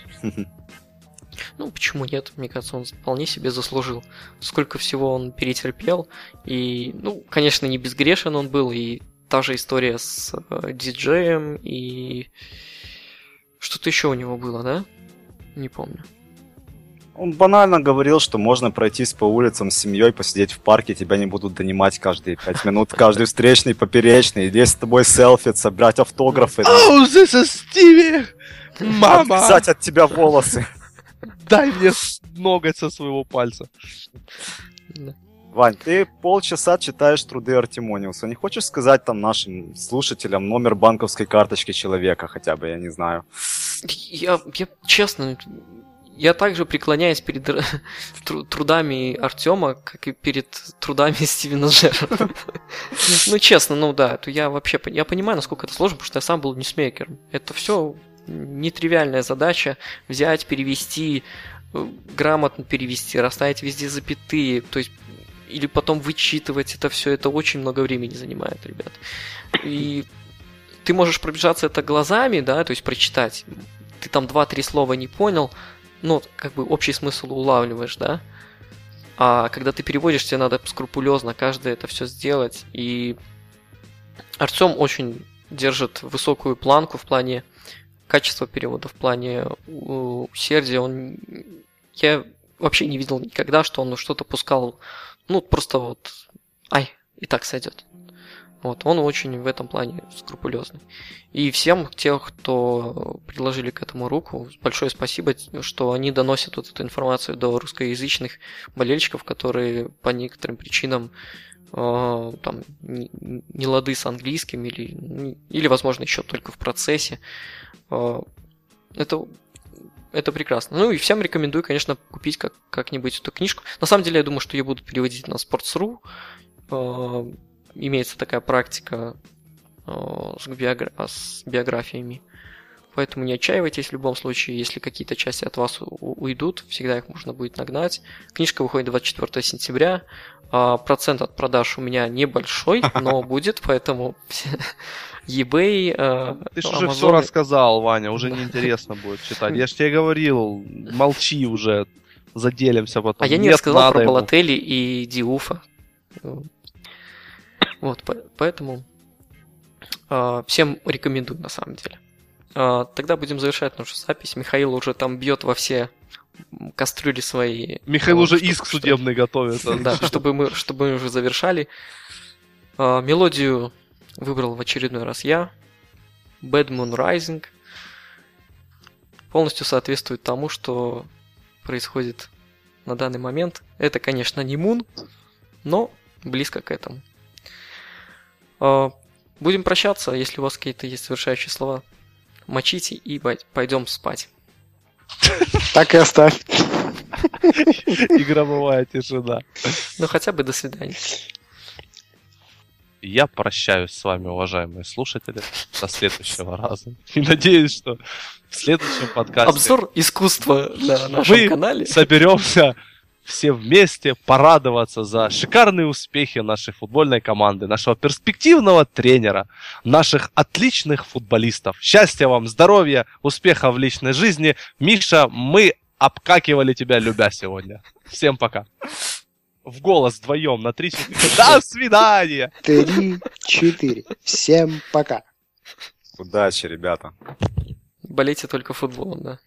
Ну, почему нет? Мне кажется, он вполне себе заслужил. Сколько всего он перетерпел. И, ну, конечно, не безгрешен он был. И та же история с э, диджеем. И что-то еще у него было, да? Не помню. Он банально говорил, что можно пройтись по улицам с семьей, посидеть в парке, тебя не будут донимать каждые пять минут, каждый встречный, поперечный, лезть с тобой селфиться, брать автографы. Oh, this is Stevie! Мама! Писать от тебя волосы. Дай мне ноготь со своего пальца. Да. Вань, ты полчаса читаешь труды Артемониуса. Не хочешь сказать там нашим слушателям номер банковской карточки человека хотя бы, я не знаю? Я, я честно... Я также преклоняюсь перед трудами Артема, как и перед трудами Стивена Джерарда. Ну, честно, ну да, то я вообще я понимаю, насколько это сложно, потому что я сам был ньюсмейкером. Это все нетривиальная задача взять, перевести, грамотно перевести, расставить везде запятые. То есть или потом вычитывать это все, это очень много времени занимает, ребят. И ты можешь пробежаться это глазами, да, то есть прочитать. Ты там два-три слова не понял, ну, как бы общий смысл улавливаешь, да. А когда ты переводишь, тебе надо скрупулезно каждое это все сделать. И Артем очень держит высокую планку в плане качества перевода, в плане усердия. Он... Я вообще не видел никогда, что он что-то пускал, ну, просто вот, ай, и так сойдет. Вот, он очень в этом плане скрупулезный. И всем тех, кто приложили к этому руку, большое спасибо, что они доносят вот эту информацию до русскоязычных болельщиков, которые по некоторым причинам э, там, не, не лады с английским или, или, возможно, еще только в процессе. Э, это, это прекрасно. Ну и всем рекомендую, конечно, купить как, как-нибудь эту книжку. На самом деле, я думаю, что ее будут переводить на Sports.ru. Э, Имеется такая практика э, с, биогра... с биографиями. Поэтому не отчаивайтесь в любом случае. Если какие-то части от вас у- уйдут, всегда их можно будет нагнать. Книжка выходит двадцать четвёртого сентября. А процент от продаж у меня небольшой, но будет, поэтому eBay, э, Ты же Amazon... уже все рассказал, Ваня, уже неинтересно будет читать. Я же тебе говорил, молчи уже, заделимся потом. А я не Нет, рассказал надо про ему. Балотелли и Диуфа. Вот, по- поэтому э, всем рекомендую на самом деле. Э, тогда будем завершать нашу запись. Михаил уже там бьет во все кастрюли свои. Михаил э, уже чтобы- иск чтобы- судебный готовит. Да, чтобы мы, чтобы мы уже завершали. Э, мелодию выбрал в очередной раз я. Bad Moon Rising. Полностью соответствует тому, что происходит на данный момент. Это, конечно, не Moon, но близко к этому. Э, Будем прощаться. Если у вас какие-то есть завершающие слова, мочите и бай- пойдем спать. Так и оставь. И гробовая тишина. Ну, хотя бы до свидания. Я прощаюсь с вами, уважаемые слушатели, до следующего раза. И надеюсь, что в следующем подкасте Обзор искусства на нашем мы канале. соберемся все вместе порадоваться за шикарные успехи нашей футбольной команды, нашего перспективного тренера, наших отличных футболистов. Счастья вам, здоровья, успехов в личной жизни. Миша, мы обкакивали тебя, любя сегодня. Всем пока. В голос вдвоем на три-четыре. До свидания! Три, четыре. Всем пока. Удачи, ребята. Болейте только футболом, да.